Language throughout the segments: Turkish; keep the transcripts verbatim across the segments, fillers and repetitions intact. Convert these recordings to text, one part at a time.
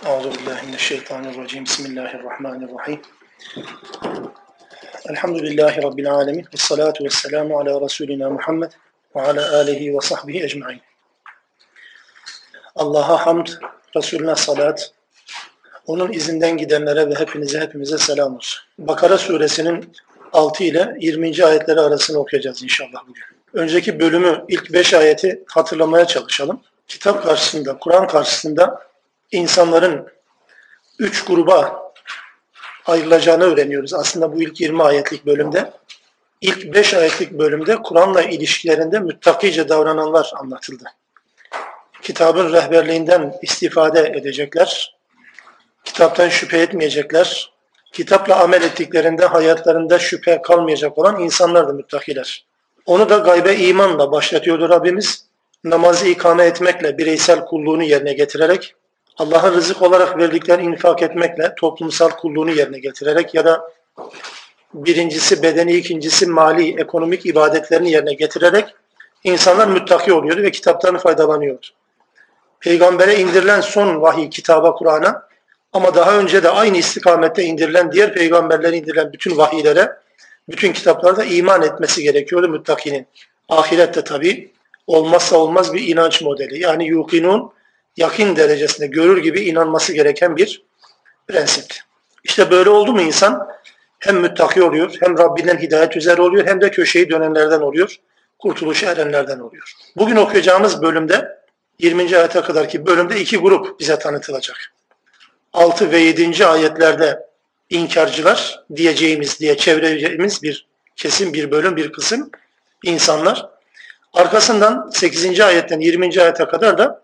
Euzubillahimineşşeytanirracim. Bismillahirrahmanirrahim. Elhamdülillahi Rabbil alemin. Vessalatu vesselamu ala Resulina Muhammed ve ala alihi ve sahbihi ecmain. Allah'a hamd, Resulüne salat, onun izinden gidenlere ve hepinize hepimize selam olsun. Bakara suresinin altı ile yirminci ayetleri arasını okuyacağız inşallah bugün. Önceki bölümü, ilk beş ayeti hatırlamaya çalışalım. Kitap karşısında, Kur'an karşısında insanların üç gruba ayrılacağını öğreniyoruz. Aslında bu ilk yirmi ayetlik bölümde. İlk beş ayetlik bölümde Kur'an'la ilişkilerinde müttakice davrananlar anlatıldı. Kitabın rehberliğinden istifade edecekler, kitaptan şüphe etmeyecekler, kitapla amel ettiklerinde hayatlarında şüphe kalmayacak olan insanlardı müttakiler. Onu da gaybe imanla başlatıyordu Rabbimiz. Namazı ikame etmekle, bireysel kulluğunu yerine getirerek, Allah'ın rızık olarak verdiklerini infak etmekle, toplumsal kulluğunu yerine getirerek ya da birincisi bedeni, ikincisi mali, ekonomik ibadetlerini yerine getirerek insanlar müttaki oluyordu ve kitaptan faydalanıyordu. Peygambere indirilen son vahiy kitaba, Kur'an'a, ama daha önce de aynı istikamette indirilen diğer peygamberlere indirilen bütün vahiylere, bütün kitaplarda iman etmesi gerekiyordu müttakinin. Ahirette tabii olmazsa olmaz bir inanç modeli. Yani yukinun, yakın derecesinde görür gibi inanması gereken bir prensip. İşte böyle oldu mu insan hem müttaki oluyor, hem Rabbinden hidayet üzere oluyor, hem de köşeyi dönenlerden oluyor, kurtuluşa erenlerden oluyor. Bugün okuyacağımız bölümde, yirminci ayete kadarki bölümde iki grup bize tanıtılacak. altı ve yedinci ayetlerde inkarcılar diyeceğimiz, diye çevireceğimiz bir kesim, bir bölüm, bir kısım insanlar. Arkasından sekizinci ayetten yirminci ayete kadar da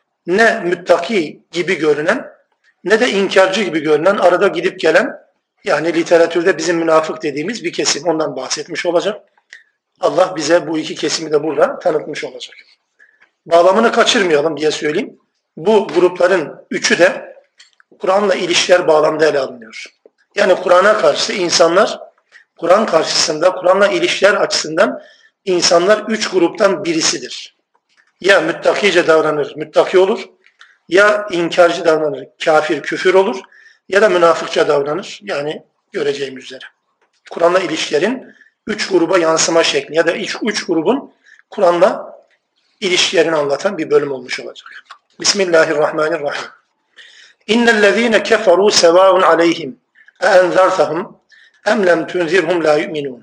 ne müttaki gibi görünen ne de inkarcı gibi görünen, arada gidip gelen, yani literatürde bizim münafık dediğimiz bir kesim, ondan bahsetmiş olacak. Allah bize bu iki kesimi de burada tanıtmış olacak. Bağlamını kaçırmayalım diye söyleyeyim. Bu grupların üçü de Kur'an'la ilişkiler bağlamda ele alınıyor. Yani Kur'an'a karşı insanlar, Kur'an karşısında, Kur'an'la ilişkiler açısından insanlar üç gruptan birisidir. Ya müttakice davranır, müttaki olur, ya inkarcı davranır, kafir, küfür olur, ya da münafıkça davranır, yani göreceğimiz üzere. Kur'an'la ilişkilerin üç gruba yansıma şekli ya da üç, üç grubun Kur'an'la ilişkilerini anlatan bir bölüm olmuş olacak. Bismillahirrahmanirrahim. İnnellezîne keferû sevâun aleyhim eenzertehum em lem tunzirhum la yu'minûn.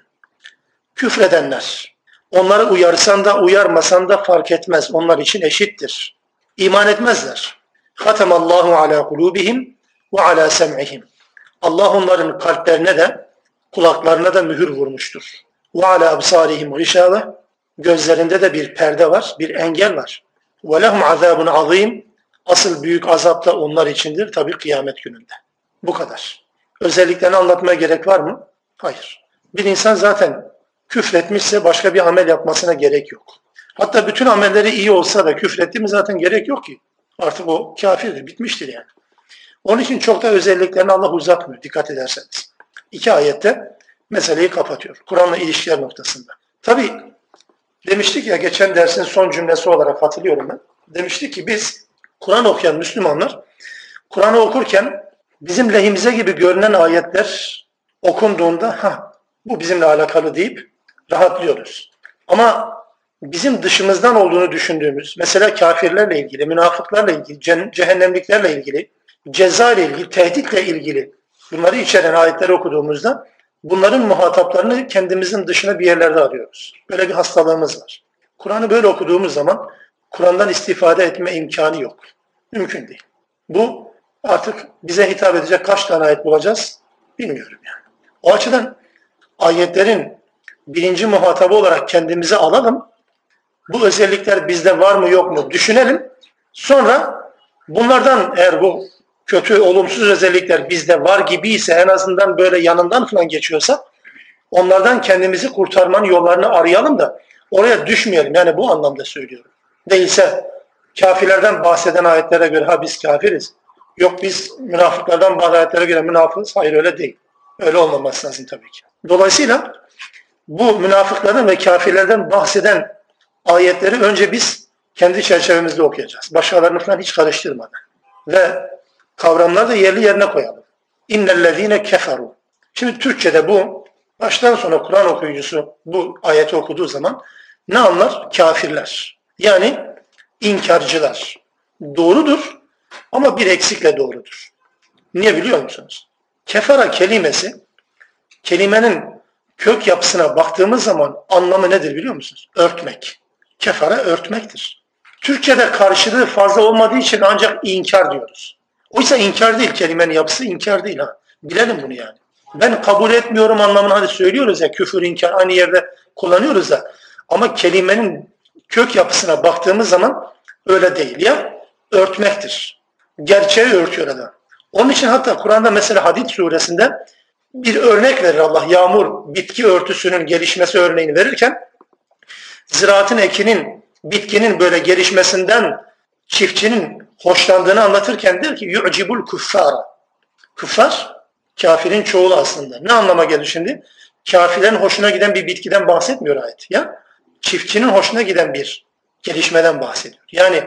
Küfredenler, onları uyarsan da uyarmasan da fark etmez. Onlar için eşittir. İman etmezler. Hatemallahu ala kulubihim ve ala sem'ihim. Allah onların kalplerine de kulaklarına da mühür vurmuştur. Ve ala absarihim gişâve. Gözlerinde de bir perde var, bir engel var. Ve lehum azâbun azîm. Asıl büyük azap da onlar içindir tabii kıyamet gününde. Bu kadar. Özelliklerini anlatmaya gerek var mı? Hayır. Bir insan zaten küfretmişse başka bir amel yapmasına gerek yok. Hatta bütün amelleri iyi olsa da küfretti mi zaten gerek yok ki. Artık o kafirdir, bitmiştir yani. Onun için çok da özelliklerini Allah uzatmıyor, dikkat ederseniz. İki ayette meseleyi kapatıyor. Kur'an'la ilişkiler noktasında. Tabii demiştik ya, geçen dersin son cümlesi olarak hatırlıyorum ben. Demiştik ki biz Kur'an okuyan Müslümanlar, Kur'an'ı okurken bizim lehimize gibi görünen ayetler okunduğunda ha bu bizimle alakalı deyip rahatlıyoruz. Ama bizim dışımızdan olduğunu düşündüğümüz, mesela kafirlerle ilgili, münafıklarla ilgili, cehennemliklerle ilgili, ceza ile ilgili, tehditle ilgili bunları içeren ayetleri okuduğumuzda bunların muhataplarını kendimizin dışına bir yerlerde arıyoruz. Böyle bir hastalığımız var. Kur'an'ı böyle okuduğumuz zaman Kur'an'dan istifade etme imkanı yok. Mümkün değil. Bu artık bize hitap edecek kaç tane ayet bulacağız bilmiyorum yani. O açıdan ayetlerin birinci muhatabı olarak kendimize alalım. Bu özellikler bizde var mı yok mu düşünelim. Sonra bunlardan, eğer bu kötü, olumsuz özellikler bizde var gibiyse, en azından böyle yanından falan geçiyorsa, onlardan kendimizi kurtarmanın yollarını arayalım da oraya düşmeyelim. Yani bu anlamda söylüyorum. Değilse kafirlerden bahseden ayetlere göre ha biz kafiriz. Yok biz münafıklardan bahseden ayetlere göre münafığız. Hayır, öyle değil. Öyle olmaması lazım tabii ki. Dolayısıyla bu münafıkların ve kafirlerden bahseden ayetleri önce biz kendi çerçevemizde okuyacağız. Başkalarını falan hiç karıştırmadan. Ve kavramları da yerli yerine koyalım. İnnellezîne keferu. Şimdi Türkçe'de bu baştan sona Kur'an okuyucusu bu ayeti okuduğu zaman ne anlar? Kafirler. Yani inkarcılar. Doğrudur ama bir eksikle doğrudur. Niye biliyor musunuz? Kefara kelimesi, kelimenin kök yapısına baktığımız zaman anlamı nedir biliyor musunuz? Örtmek. Kefara örtmektir. Türkçe'de karşılığı fazla olmadığı için ancak inkar diyoruz. Oysa inkar değil, kelimenin yapısı inkar değil ha. Bilelim bunu yani. Ben kabul etmiyorum anlamını hadi söylüyoruz ya, küfür, inkar aynı yerde kullanıyoruz da. Ama kelimenin kök yapısına baktığımız zaman öyle değil ya. Örtmektir. Gerçeği örtüyor adam. Onun için hatta Kur'an'da mesela Hadid suresinde bir örnek verir Allah. Yağmur, bitki örtüsünün gelişmesi örneğini verirken ziraatın, ekinin, bitkinin böyle gelişmesinden çiftçinin hoşlandığını anlatırken der ki yu'cibul kuffara. Kuffar, kafirin çoğulu aslında. Ne anlama gelir şimdi? Kafirlerin hoşuna giden bir bitkiden bahsetmiyor ayet. Ya çiftçinin hoşuna giden bir gelişmeden bahsediyor. Yani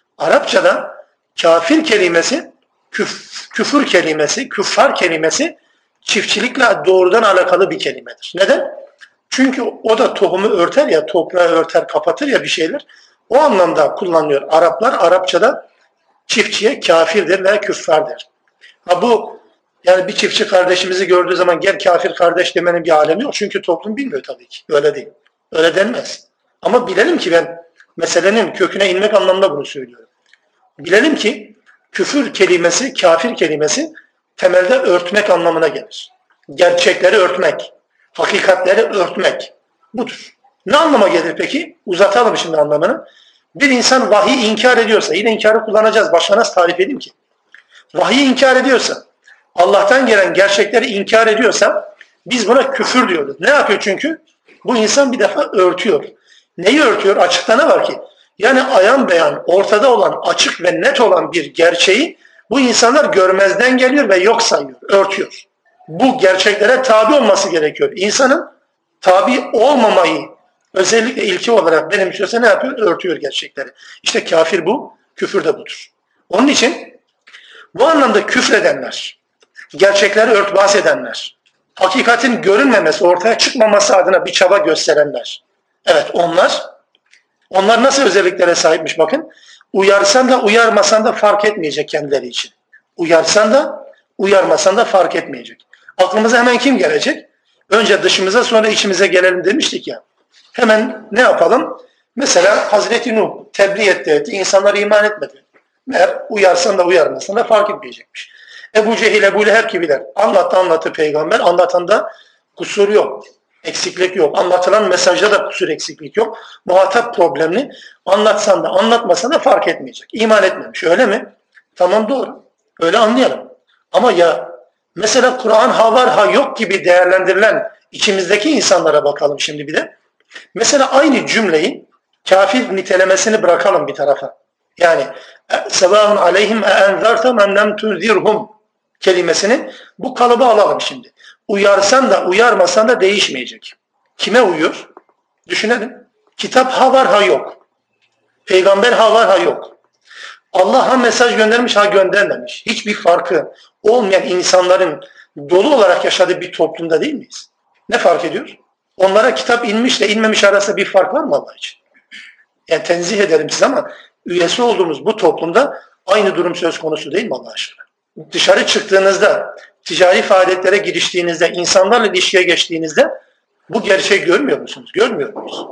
Arapçada kafir kelimesi, küf, küfür kelimesi, küffar kelimesi çiftçilikle doğrudan alakalı bir kelimedir. Neden? Çünkü o da tohumu örter ya, toprağı örter, kapatır ya bir şeyler. O anlamda kullanılıyor. Araplar Arapçada çiftçiye kafirdir veya küffardır. Ha bu yani bir çiftçi kardeşimizi gördüğü zaman gel kafir kardeş demenin bir alemi yok. Çünkü toplum bilmiyor tabii ki. Öyle değil. Öyle denmez. Ama bilelim ki ben meselenin köküne inmek anlamında bunu söylüyorum. Bilelim ki küfür kelimesi, kafir kelimesi temelde örtmek anlamına gelir. Gerçekleri örtmek, hakikatleri örtmek budur. Ne anlama gelir peki? Uzatalım şimdi anlamını. Bir insan vahiy inkar ediyorsa, yine inkarı kullanacağız. Başka nasıl tarif edeyim ki? Vahiy inkar ediyorsa, Allah'tan gelen gerçekleri inkar ediyorsa biz buna küfür diyoruz. Ne yapıyor çünkü? Bu insan bir defa örtüyor. Neyi örtüyor? Açıkta ne var ki? Yani ayan beyan, ortada olan, açık ve net olan bir gerçeği bu insanlar görmezden geliyor ve yok sayıyor, örtüyor. Bu gerçeklere tabi olması gerekiyor. İnsanın tabi olmamayı özellikle ilki olarak benimsiyorsa ne yapıyor? Örtüyor gerçekleri. İşte kafir bu, küfür de budur. Onun için bu anlamda küfredenler, gerçekleri örtbas edenler, hakikatin görünmemesi, ortaya çıkmaması adına bir çaba gösterenler. Evet onlar, onlar nasıl özelliklere sahipmiş bakın. Uyarsan da uyarmasan da fark etmeyecek kendileri için. Uyarsan da uyarmasan da fark etmeyecek. Aklımıza hemen kim gelecek? Önce dışımıza sonra içimize gelelim demiştik ya. Hemen ne yapalım? Mesela Hazreti Nuh tebliğ etti, etti. İnsanlar iman etmedi. Meğer uyarsan da uyarmasan da fark etmeyecekmiş. Ebu Cehil, Ebu Leheb gibiler. Anlattı anlattı peygamber. Anlatanda kusur yok. Eksiklik yok. Anlatılan mesajda da kusur eksiklik yok. Muhatap problemli. Anlatsan da anlatmasan da fark etmeyecek. İman etmemiş. Öyle mi? Tamam doğru. Öyle anlayalım. Ama ya mesela Kur'an ha var ha yok gibi değerlendirilen içimizdeki insanlara bakalım şimdi bir de. Mesela aynı cümleyi kafir nitelemesini bırakalım bir tarafa. Yani sevâhun aleyhim e'enzertem en lem tunzirhum kelimesini bu kalıba alalım şimdi. Uyarsan da uyarmasan da değişmeyecek. Kime uyuyor? Düşünelim. Kitap ha var ha yok. Peygamber ha var ha yok. Allah ha mesaj göndermiş ha göndermemiş. Hiçbir farkı olmayan insanların dolu olarak yaşadığı bir toplumda değil miyiz? Ne fark ediyor? Onlara kitap inmişle inmemiş arasında bir fark var mı Allah için? Yani tenzih ederim size ama üyesi olduğumuz bu toplumda aynı durum söz konusu değil mi Allah aşkına? Dışarı çıktığınızda, ticari faaliyetlere giriştiğinizde, insanlarla ilişkiye geçtiğinizde bu gerçeği görmüyor musunuz? Görmüyor muyuz?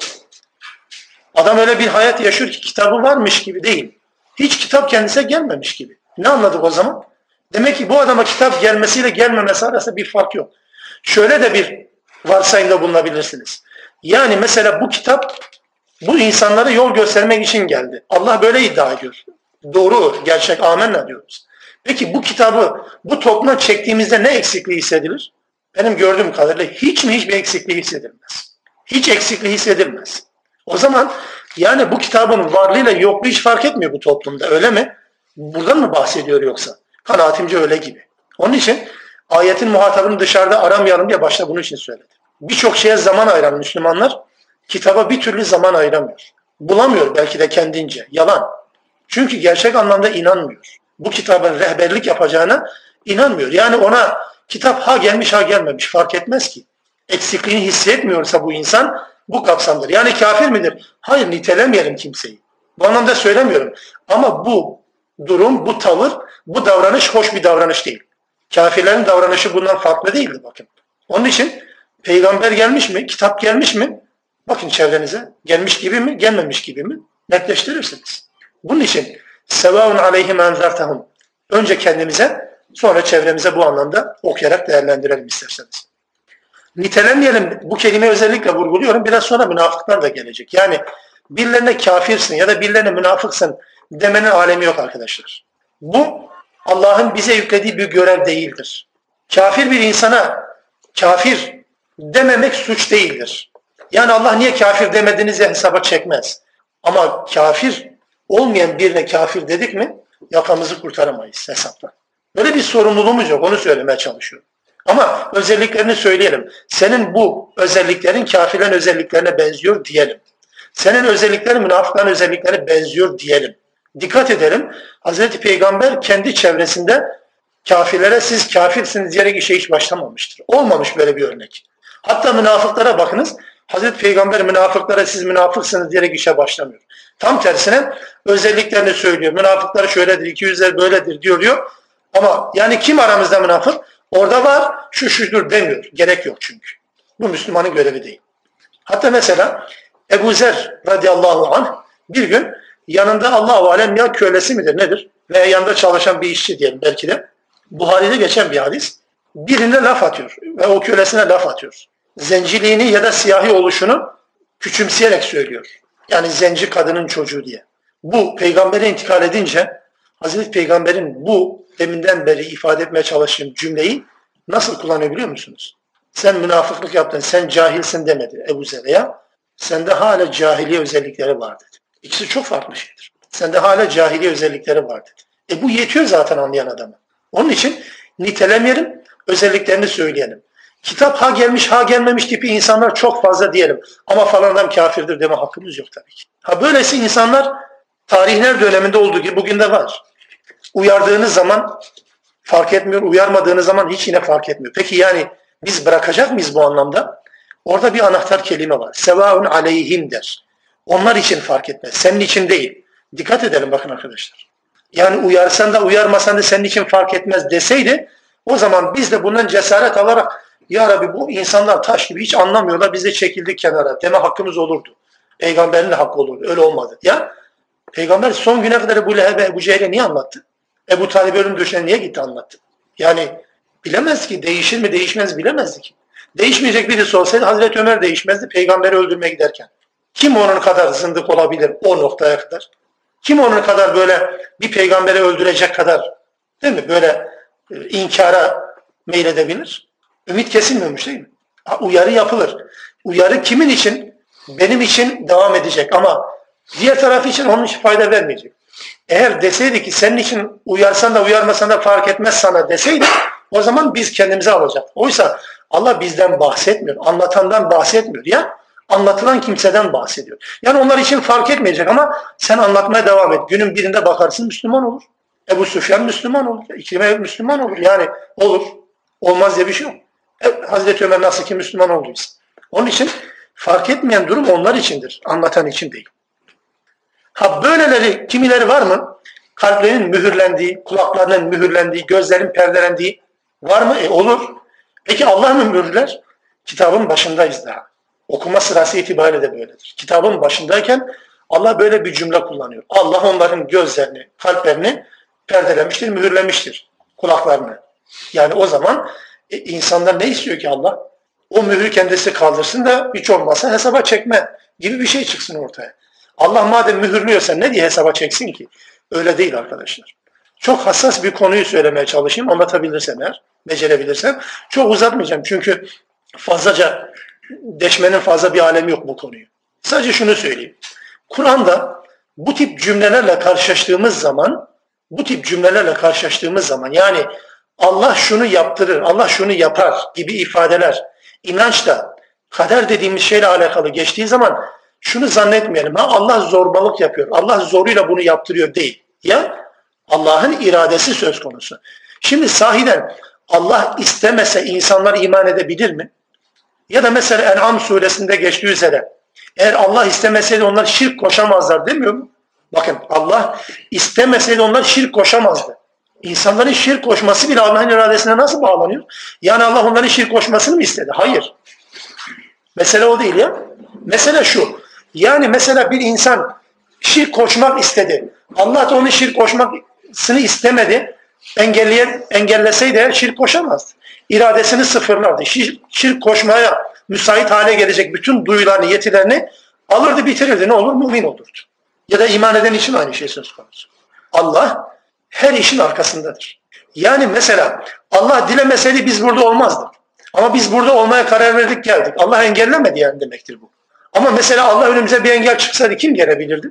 Adam öyle bir hayat yaşıyor ki kitabı varmış gibi değil. Hiç kitap kendisine gelmemiş gibi. Ne anladık o zaman? Demek ki bu adama kitap gelmesiyle gelmemesi arasında bir fark yok. Şöyle de bir varsayımda bulunabilirsiniz. Yani mesela bu kitap bu insanlara yol göstermek için geldi. Allah böyle iddia ediyor. Doğru, gerçek, amenna diyoruz. Peki bu kitabı bu topluma çektiğimizde ne eksikliği hissedilir? Benim gördüğüm kadarıyla hiç mi hiçbir eksikliği hissedilmez. Hiç eksikliği hissedilmez. O zaman yani bu kitabın varlığıyla yokluğu hiç fark etmiyor bu toplumda, öyle mi? Buradan mı bahsediyor yoksa? Kanaatimce öyle gibi. Onun için ayetin muhatabını dışarıda aramayalım diye başta bunun için söyledim. Birçok şeye zaman ayıran Müslümanlar kitaba bir türlü zaman ayıramıyor. Bulamıyor belki de kendince. Yalan. Çünkü gerçek anlamda inanmıyor. bu kitabın rehberlik yapacağına inanmıyor. Yani ona kitap ha gelmiş ha gelmemiş fark etmez ki. Eksikliğini hissetmiyorsa bu insan bu kapsamdır. Yani kafir midir? Hayır, nitelemeyelim kimseyi. Bu anlamda söylemiyorum. Ama bu durum, bu tavır, bu davranış hoş bir davranış değil. Kafirlerin davranışı bundan farklı değildi bakın. Onun için peygamber gelmiş mi, kitap gelmiş mi? Bakın çevrenize. Gelmiş gibi mi, gelmemiş gibi mi? Netleştirirsiniz. Bunun için sevaun aleyhim enzertehum. Önce kendimize, sonra çevremize bu anlamda okuyarak değerlendirelim isterseniz. Nitelenmeyelim, bu kelimeyi özellikle vurguluyorum. Biraz sonra münafıklar da gelecek. Yani birilerine kafirsin ya da birilerine münafıksın demenin alemi yok arkadaşlar. Bu Allah'ın bize yüklediği bir görev değildir. Kafir bir insana kafir dememek suç değildir. Yani Allah niye kafir demediniz ya hesaba çekmez. Ama kafir olmayan birine kafir dedik mi yakamızı kurtaramayız hesaptan. Böyle bir sorumluluğumuz yok, onu söylemeye çalışıyorum. Ama özelliklerini söyleyelim. Senin bu özelliklerin kafirlerin özelliklerine benziyor diyelim. Senin özelliklerin münafıkların özelliklerine benziyor diyelim. Dikkat edelim. Hazreti Peygamber kendi çevresinde kafirlere siz kafirsiniz diyerek işe hiç başlamamıştır. Olmamış böyle bir örnek. Hatta münafıklara bakınız. Hazreti Peygamber münafıklara siz münafıksınız diyerek işe başlamıyor. Tam tersine özelliklerini söylüyor. Münafıklar şöyledir, iki yüzler böyledir diyor. Ama yani kim aramızda münafık? Orada var, şu şudur demiyor. Gerek yok çünkü. Bu Müslümanın görevi değil. Hatta mesela Ebu Zer radıyallahu anh bir gün yanında Allah-u alem ya kölesi midir nedir? Veya yanında çalışan bir işçi diyelim belki de. Buhari'de geçen bir hadis. Birine laf atıyor ve o kölesine laf atıyor. Zenciliğini ya da siyahi oluşunu küçümseyerek söylüyor. Yani zenci kadının çocuğu diye. Bu peygambere intikal edince Hazreti Peygamber'in bu deminden beri ifade etmeye çalıştığım cümleyi nasıl kullanıyor biliyor musunuz? Sen münafıklık yaptın, sen cahilsin demedi Ebu Zer'e ya. Sende hala cahiliye özellikleri var dedi. İkisi çok farklı şeydir. Sende hala cahiliye özellikleri var dedi. E bu yetiyor zaten anlayan adamı. Onun için nitelemeyelim, özelliklerini söyleyelim. Kitap ha gelmiş ha gelmemiş tipi insanlar çok fazla diyelim. Ama falan adam kafirdir deme hakkımız yok tabii ki. Ha böylesi insanlar tarihler döneminde olduğu gibi bugün de var. Uyardığınız zaman fark etmiyor, uyarmadığınız zaman hiç yine fark etmiyor. Peki yani biz bırakacak mıyız bu anlamda? Orada bir anahtar kelime var. Sevaun aleyhim der. Onlar için fark etmez. Senin için değil. Dikkat edelim bakın arkadaşlar. Yani uyarsan da uyarmasan da senin için fark etmez deseydi o zaman biz de bundan cesaret alarak ya Rabbi bu insanlar taş gibi hiç anlamıyorlar biz de çekildik kenara deme hakkımız olurdu. Peygamberin de hakkı olurdu. Öyle olmadı. Ya Peygamber son güne kadar Ebu Leheb'e, Ebu Cehil'e niye anlattı? Ebu Talib ölüm döşeğine niye gitti anlattı? Yani bilemez ki değişir mi değişmez bilemezdi ki. Değişmeyecek birisi olsaydı Hazreti Ömer değişmezdi Peygamberi öldürmeye giderken. Kim onun kadar zındık olabilir o noktaya kadar? Kim onun kadar böyle bir peygamberi öldürecek kadar değil mi? Böyle e, inkara meyledebilir? Ümit kesilmiyormuş değil mi? Ha, uyarı yapılır. Uyarı kimin için? Benim için devam edecek ama diğer taraf için onun için fayda vermeyecek. Eğer deseydi ki senin için uyarsan da uyarmasan da fark etmez sana deseydi o zaman biz kendimize alacak. Oysa Allah bizden bahsetmiyor. Anlatandan bahsetmiyor ya. Anlatılan kimseden bahsediyor. Yani onlar için fark etmeyecek ama sen anlatmaya devam et. Günün birinde bakarsın Müslüman olur. Ebu Süfyan Müslüman olur. İkrime Müslüman olur. Yani olur. Olmaz diye bir şey yok. E, Hazreti Ömer nasıl ki Müslüman olduysa. Onun için fark etmeyen durum onlar içindir. Anlatan için değil. Ha böyleleri, kimileri var mı? Kalplerinin mühürlendiği, kulaklarının mühürlendiği, gözlerin perdelendiği var mı? E olur. Peki Allah mı mühürler? Kitabın başındayız daha. Okuma sırası itibariyle de böyledir. Kitabın başındayken Allah böyle bir cümle kullanıyor. Allah onların gözlerini, kalplerini perdelemiştir, mühürlemiştir. Kulaklarını. Yani o zaman e, insanlar ne istiyor ki Allah? O mührü kendisi kaldırsın da hiç olmazsa hesaba çekme gibi bir şey çıksın ortaya. Allah madem mühürlüyorsa ne diye hesaba çeksin ki? Öyle değil arkadaşlar. Çok hassas bir konuyu söylemeye çalışayım. Anlatabilirsem eğer, becerebilirsem. Çok uzatmayacağım çünkü fazlaca deşmenin fazla bir alemi yok bu konuyu. Sadece şunu söyleyeyim. Kur'an'da bu tip cümlelerle karşılaştığımız zaman, bu tip cümlelerle karşılaştığımız zaman yani Allah şunu yaptırır, Allah şunu yapar gibi ifadeler inançla, kader dediğimiz şeyle alakalı geçtiği zaman şunu zannetmeyelim. Ha Allah zorbalık yapıyor. Allah zoruyla bunu yaptırıyor değil. Ya Allah'ın iradesi söz konusu. Şimdi sahiden Allah istemese insanlar iman edebilir mi? Ya da mesela En'am suresinde geçtiği üzere eğer Allah istemeseydi onlar şirk koşamazlar demiyor mu? Bakın Allah istemeseydi onlar şirk koşamazdı. İnsanların şirk koşması bile Allah'ın iradesine nasıl bağlanıyor? Yani Allah onların şirk koşmasını mı istedi? Hayır. Mesele o değil ya. Mesele şu. Yani mesela bir insan şirk koşmak istedi. Allah da onun şirk koşmasını istemedi. Engelleyen, engelleseydi eğer şirk koşamazdı. İradesini sıfırlardı. Şirk, şirk koşmaya müsait hale gelecek bütün duyularını, yetilerini alırdı, bitirirdi. Ne olur? Mümin olurdu. Ya da iman eden için aynı şey söz konusu. Allah her işin arkasındadır. Yani mesela Allah dilemeseydi biz burada olmazdık. Ama biz burada olmaya karar verdik, geldik. Allah engellemedi yani demektir bu. Ama mesela Allah önümüze bir engel çıksaydı kim gelebilirdi?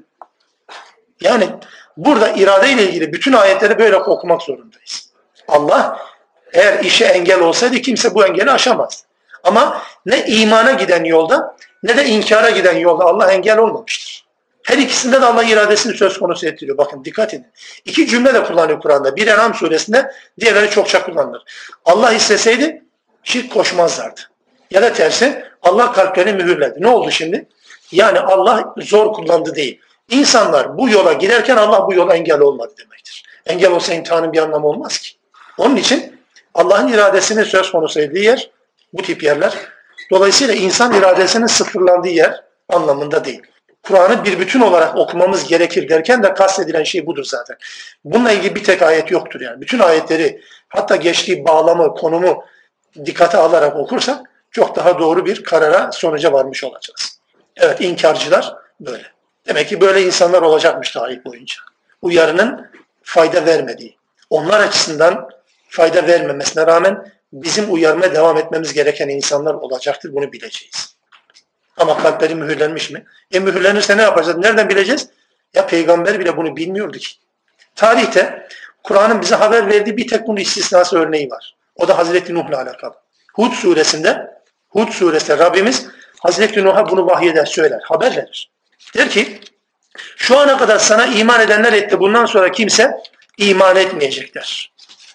Yani burada irade ile ilgili bütün ayetleri böyle okumak zorundayız. Allah eğer işe engel olsaydı kimse bu engeli aşamazdı. Ama ne imana giden yolda ne de inkara giden yolda Allah engel olmamıştır. Her ikisinde de Allah iradesini söz konusu ettiriyor. Bakın dikkat edin. İki cümle de kullanıyor Kur'an'da. Bir En'am suresinde, diğerleri çokça kullanılır. Allah isteseydi şirk koşmazlardı. Ya da tersi Allah kalplerini mühürledi. Ne oldu şimdi? Yani Allah zor kullandı değil. İnsanlar bu yola girerken Allah bu yola engel olmadı demektir. Engel olsa imtihanın bir anlamı olmaz ki. Onun için Allah'ın iradesinin söz konusu edildiği yer bu tip yerler. Dolayısıyla insan iradesinin sıfırlandığı yer anlamında değil. Kur'an'ı bir bütün olarak okumamız gerekir derken de kastedilen şey budur zaten. Bununla ilgili bir tek ayet yoktur yani. Bütün ayetleri hatta geçtiği bağlamı, konumu dikkate alarak okursak çok daha doğru bir karara, sonuca varmış olacağız. Evet, inkarcılar böyle. Demek ki böyle insanlar olacakmış tarih boyunca. Uyarının fayda vermediği, onlar açısından fayda vermemesine rağmen bizim uyarmaya devam etmemiz gereken insanlar olacaktır. Bunu bileceğiz. Ama kalpleri mühürlenmiş mi? E mühürlenirse ne yapacağız? Nereden bileceğiz? Ya peygamber bile bunu bilmiyordu ki. Tarihte Kur'an'ın bize haber verdiği bir tek bunun istisnası örneği var. O da Hazreti Nuh'la alakalı. Hud suresinde Hud suresinde Rabbimiz Hazreti Nuh'a bunu vahyeder, söyler, haber verir. Der ki şu ana kadar sana iman edenler etti. Bundan sonra kimse iman etmeyecekler.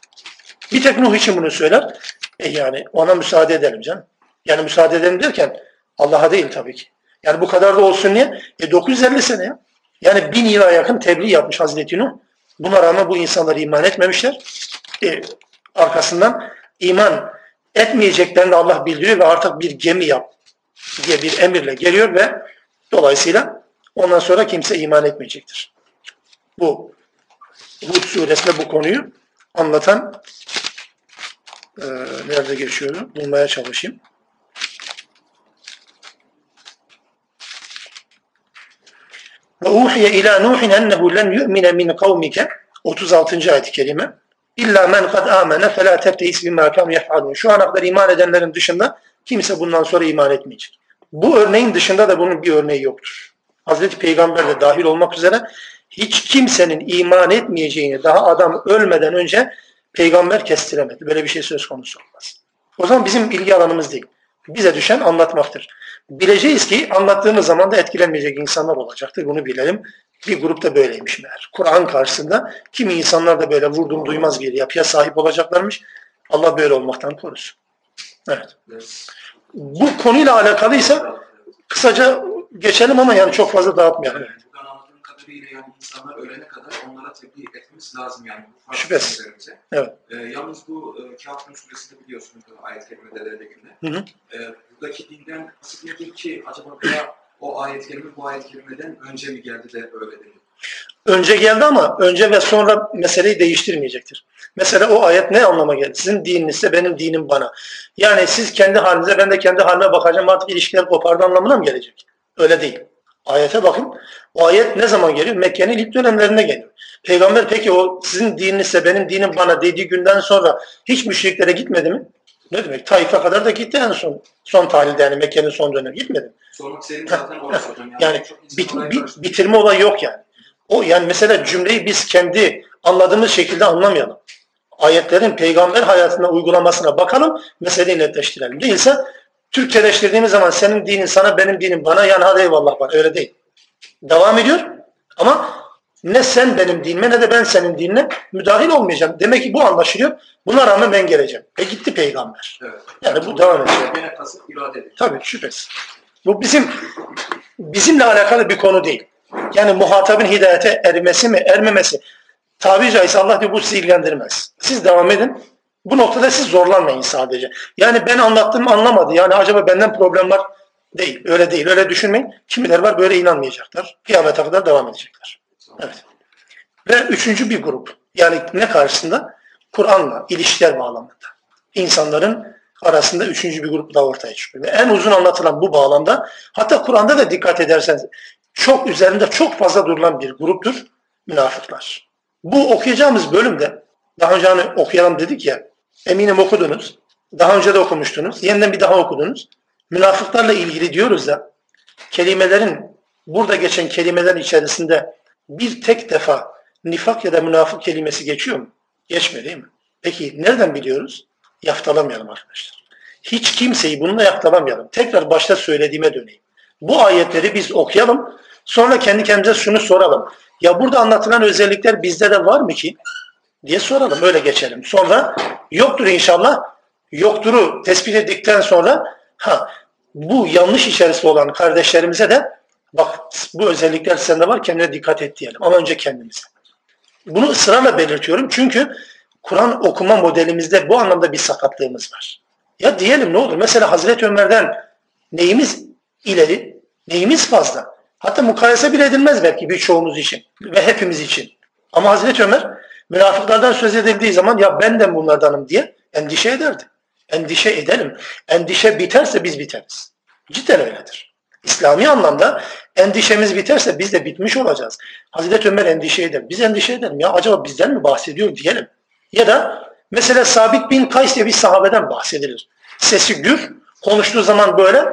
Bir tek Nuh için bunu söyler. E yani ona müsaade edelim canım. Yani müsaade edelim derken Allah'a değil tabii ki. Yani bu kadar da olsun niye? E dokuz yüz elli sene ya. Yani bin yıla yakın tebliğ yapmış Hazreti Nuh. Buna rağmen bu insanlar iman etmemişler. E, arkasından iman etmeyeceklerini Allah bildiriyor ve artık bir gemi yap diye bir emirle geliyor ve dolayısıyla ondan sonra kimse iman etmeyecektir. Bu Hud suresinde bu konuyu anlatan e, nerede geçiyordu? Bulmaya çalışayım. Ve uhiye ila Nuhin ennehu len yu'mine min kavmike otuz altıncı ayet-i kerime. İlla men kad amene felâ tebteis bimâ kâm yef'alûn. Şu ana kadar iman edenlerin dışında kimse bundan sonra iman etmeyecek. Bu örneğin dışında da bunun bir örneği yoktur. Hazreti Peygamber de dahil olmak üzere hiç kimsenin iman etmeyeceğini daha adam ölmeden önce Peygamber kestiremedi. Böyle bir şey söz konusu olmaz. O zaman bizim ilgi alanımız değil. Bize düşen anlatmaktır. Bileceğiz ki anlattığımız zaman da etkilenmeyecek insanlar olacaktır. Bunu bilelim. Bir grupta böyleymiş meğer. Kur'an karşısında kimi insanlar da böyle vurdum duymaz bir yapıya sahip olacaklarmış. Allah böyle olmaktan korusun. Evet. Bu konuyla alakalıysa kısaca geçelim ama yani çok fazla dağıtmayalım. Evet. Buradan anladığım kadarıyla yani insanlar ölene kadar onlara tebliğ etmemiz lazım yani. Şüphesiz. Evet. Ee, yalnız bu e, Kâfirun suresinde biliyorsunuz ayet-i kerimelerinde günde. Hı hı. E, buradaki dinden kasıt nedir ki acaba da o ayet-i kerime bu ayet-i kerimeden önce mi geldi de öyle dedi? Önce geldi ama önce ve sonra meseleyi değiştirmeyecektir. Mesela o ayet ne anlama geldi? Sizin dininizse benim dinim bana. Yani siz kendi halinize ben de kendi halime bakacağım artık ilişkiler kopardı anlamına mı gelecek? Öyle değil. Ayete bakın. O ayet ne zaman geliyor? Mekke'nin ilk dönemlerinde geliyor. Peygamber peki o sizin dininizse benim dinim bana dediği günden sonra hiç müşriklere gitmedi mi? Ne demek? Taif'e kadar da gitti en son. Son tarihte yani Mekke'nin son dönemi gitmedi mi? Sormak istediğim zaten orası hocam. Yani, yani bit, bit, bitirme olayı yok yani. O yani mesela cümleyi biz kendi anladığımız şekilde anlamayalım. Ayetlerin peygamber hayatına uygulamasına bakalım, meseleyi netleştirelim. Değilse Türkçeleştirdiğimiz zaman senin dinin sana, benim dinim bana, yani hadi eyvallah var. Öyle değil. Devam ediyor ama Ne sen benim dinime ne de ben senin dinine müdahil olmayacağım. Demek ki bu anlaşılıyor. Buna rağmen ben geleceğim. E gitti peygamber. Evet. Yani bu devam edecek. Gene kasıt iradedir. Tabii şüphesiz. Bu bizim bizimle alakalı bir konu değil. Yani muhatabın hidayete ermesi mi ermemesi tabiri caizse Allah diyor bu sizi ilgilendirmez. Siz devam edin. Bu noktada siz zorlanmayın sadece. Yani ben anlattığımı anlamadı. Yani acaba benden problem var? Değil. Öyle değil. Öyle düşünmeyin. Kimiler var böyle inanmayacaklar. Kıyamete kadar devam edecekler. Evet. Ve üçüncü bir grup. Yani ne karşısında? Kur'an'la ilişkiler bağlamında. İnsanların arasında üçüncü bir grup da ortaya çıkıyor. Ve en uzun anlatılan bu bağlamda, hatta Kur'an'da da dikkat ederseniz çok üzerinde çok fazla durulan bir gruptur. Münafıklar. Bu okuyacağımız bölümde, daha önce hani okuyalım dedik ya, eminim okudunuz. Daha önce de okumuştunuz. Yeniden bir daha okudunuz. Münafıklarla ilgili diyoruz da, kelimelerin, burada geçen kelimelerin içerisinde bir tek defa nifak ya da münafık kelimesi geçiyor mu? Geçmiyor değil mi? Peki nereden biliyoruz? Yaftalamayalım arkadaşlar. Hiç kimseyi bununla yaftalamayalım. Tekrar başta söylediğime döneyim. Bu ayetleri biz okuyalım. Sonra kendi kendimize şunu soralım. Ya burada anlatılan özellikler bizde de var mı ki? Diye soralım. Öyle geçelim. Sonra yoktur inşallah. Yokturu tespit ettikten sonra ha bu yanlış içerisinde olan kardeşlerimize de bak bu özellikler sende var, kendine dikkat et diyelim. Ama önce kendimize. Bunu ısrarla belirtiyorum çünkü Kur'an okuma modelimizde bu anlamda bir sakatlığımız var. Ya diyelim ne olur? Mesela Hazreti Ömer'den neyimiz ileri, neyimiz fazla? Hatta mukayese bile edilmez belki birçoğumuz için ve hepimiz için. Ama Hazreti Ömer münafıklardan söz edildiği zaman ya ben de bunlardanım diye endişe ederdi. Endişe edelim. Endişe biterse biz biteriz. Cidden öyledir. İslami anlamda endişemiz biterse biz de bitmiş olacağız. Hazreti Ömer endişe eder. Biz endişe edelim. Ya acaba bizden mi bahsediyor diyelim. Ya da mesela Sabit bin Kays diye bir sahabeden bahsedilir. Sesi gür, konuştuğu zaman böyle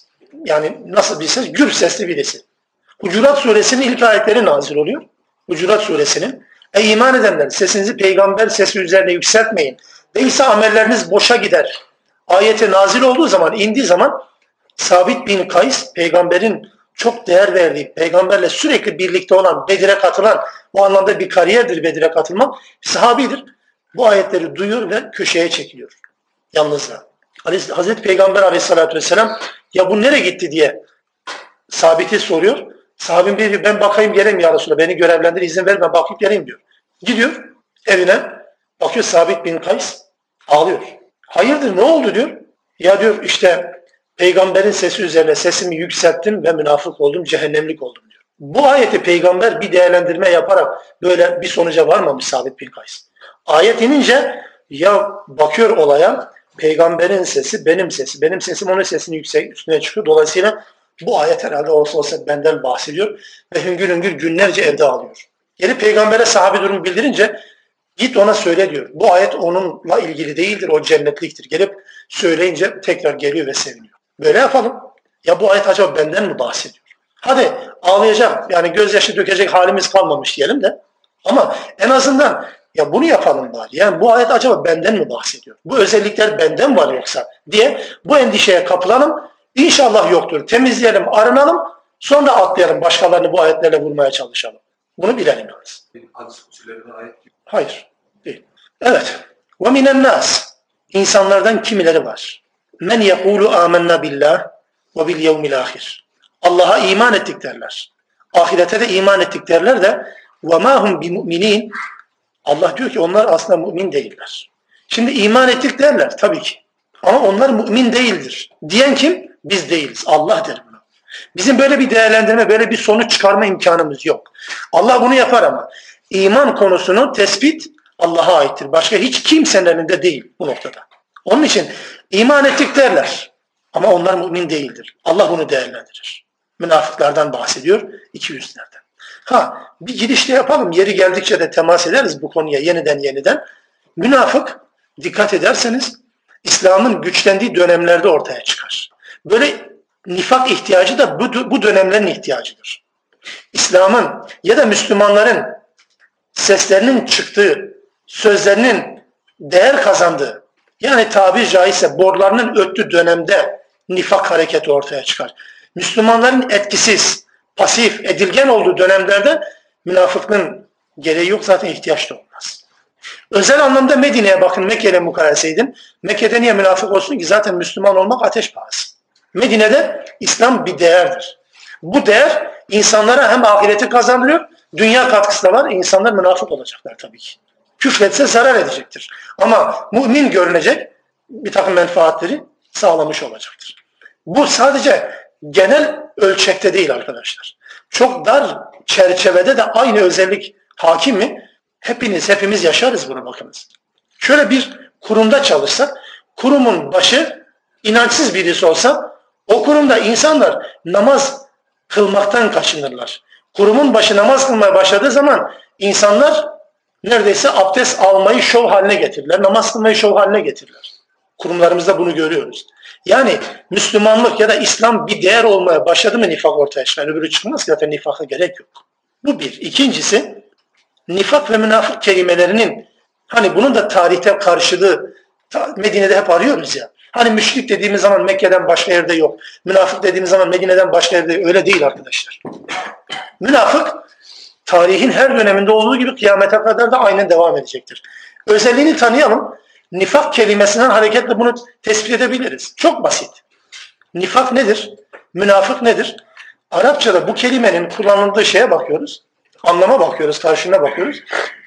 yani nasıl bir ses? Gür sesli birisi. Hucurat suresinin ilk ayetleri nazil oluyor. Hucurat suresinin. Ey iman edenler sesinizi peygamber sesi üzerine yükseltmeyin. Değilse amelleriniz boşa gider. Ayeti nazil olduğu zaman, indiği zaman Sabit bin Kays, peygamberin çok değer verdiği, peygamberle sürekli birlikte olan, Bedir'e katılan, bu anlamda bir kariyerdir Bedir'e katılmak, bir sahabidir. Bu ayetleri duyuyor ve köşeye çekiliyor. Yalnızla. Hazreti Peygamber aleyhissalatü vesselam ya bu nereye gitti diye Sabit'i soruyor. Sahabim diyor ben bakayım geleyim ya Resulallah, beni görevlendir, izin ver ben bakıp geleyim diyor. Gidiyor evine, bakıyor Sabit bin Kays ağlıyor. Hayırdır ne oldu diyor. Ya diyor işte peygamberin sesi üzerine sesimi yükselttim ve münafık oldum, cehennemlik oldum diyor. Bu ayeti peygamber bir değerlendirme yaparak böyle bir sonuca varmamış Sabit bin Kays. Ayet inince ya bakıyor olaya, peygamberin sesi benim sesi, benim sesim onun sesinin yüksek üstüne çıkıyor. Dolayısıyla bu ayet herhalde olsa olsa benden bahsediyor ve hüngür hüngür günlerce evde ağlıyor. Geri peygambere sahabe durumu bildirince git ona söyle diyor. Bu ayet onunla ilgili değildir, o cennetliktir. Gelip söyleyince tekrar geliyor ve seviniyor. Böyle yapalım. Ya bu ayet acaba benden mi bahsediyor? Hadi ağlayacak, yani gözyaşı dökecek halimiz kalmamış diyelim de. Ama en azından ya bunu yapalım bari. Yani bu ayet acaba benden mi bahsediyor? Bu özellikler benden var yoksa diye bu endişeye kapılalım. İnşallah yoktur. Temizleyelim, arınalım. Sonra atlayalım. Başkalarını bu ayetlerle vurmaya çalışalım. Bunu bilelim yalnız. Hadis usullerine ayet gibi. Hayır. Değil. Evet. وَمِنَ النَّاسِ İnsanlardan kimileri var? مَنْ يَقُولُ آمَنَّا بِاللّٰهِ وَبِالْيَوْمِ الْآخِرِ Allah'a iman ettik derler. Ahirete de iman ettik derler de وَمَا هُمْ بِمُؤْمِنِينَ Allah diyor ki onlar aslında mümin değiller. Şimdi iman ettik derler tabii ki. Ama onlar mümin değildir. Diyen kim? Biz değiliz. Allah der bunu. Bizim böyle bir değerlendirme, böyle bir sonuç çıkarma imkanımız yok. Allah bunu yapar ama iman konusunu tespit Allah'a aittir. Başka hiç kimsenin elinde değil bu noktada. Onun için iman ettik derler. Ama onlar mümin değildir. Allah bunu değerlendirir. Münafıklardan bahsediyor, iki yüzlerden. Ha, bir girişte yapalım. Yeri geldikçe de temas ederiz bu konuya yeniden yeniden. Münafık, dikkat ederseniz, İslam'ın güçlendiği dönemlerde ortaya çıkar. Böyle nifak ihtiyacı da bu, bu dönemlerin ihtiyacıdır. İslam'ın ya da Müslümanların seslerinin çıktığı, sözlerinin değer kazandığı, yani tabiri caizse borlarının öttüğü dönemde nifak hareketi ortaya çıkar. Müslümanların etkisiz, pasif, edilgen olduğu dönemlerde münafıklığın gereği yok, zaten ihtiyaç da olmaz. Özel anlamda Medine'ye bakın, Mekke ile mukayese edin. Mekke'de niye münafık olsun ki? Zaten Müslüman olmak ateş pahası. Medine'de İslam bir değerdir. Bu değer insanlara hem ahireti kazandırıyor, dünya katkısı da var. İnsanlar münafık olacaklar tabii ki. Küfretse zarar edecektir. Ama mümin görünecek, bir takım menfaatleri sağlamış olacaktır. Bu sadece genel ölçekte değil arkadaşlar. Çok dar çerçevede de aynı özellik hakim mi? Hepiniz, hepimiz yaşarız bunu, bakınız. Şöyle bir kurumda çalışsak, kurumun başı inançsız birisi olsa, o kurumda insanlar namaz kılmaktan kaçınırlar. Kurumun başı namaz kılmaya başladığı zaman insanlar neredeyse abdest almayı şov haline getirirler. Namaz kılmayı şov haline getirirler. Kurumlarımızda bunu görüyoruz. Yani Müslümanlık ya da İslam bir değer olmaya başladı mı nifak ortaya çıkar. Öbürü çıkmaz ki, zaten nifaka gerek yok. Bu bir. İkincisi, nifak ve münafık kelimelerinin, hani bunun da tarihte karşılığı Medine'de hep arıyoruz ya. Hani müşrik dediğimiz zaman Mekke'den başka yerde yok. Münafık dediğimiz zaman Medine'den başka yerde yok. Öyle değil arkadaşlar. Münafık tarihin her döneminde olduğu gibi kıyamete kadar da aynen devam edecektir. Özelliğini tanıyalım. Nifak kelimesinden hareketle bunu tespit edebiliriz. Çok basit. Nifak nedir? Münafık nedir? Arapçada bu kelimenin kullanıldığı şeye bakıyoruz. Anlama bakıyoruz, karşına bakıyoruz.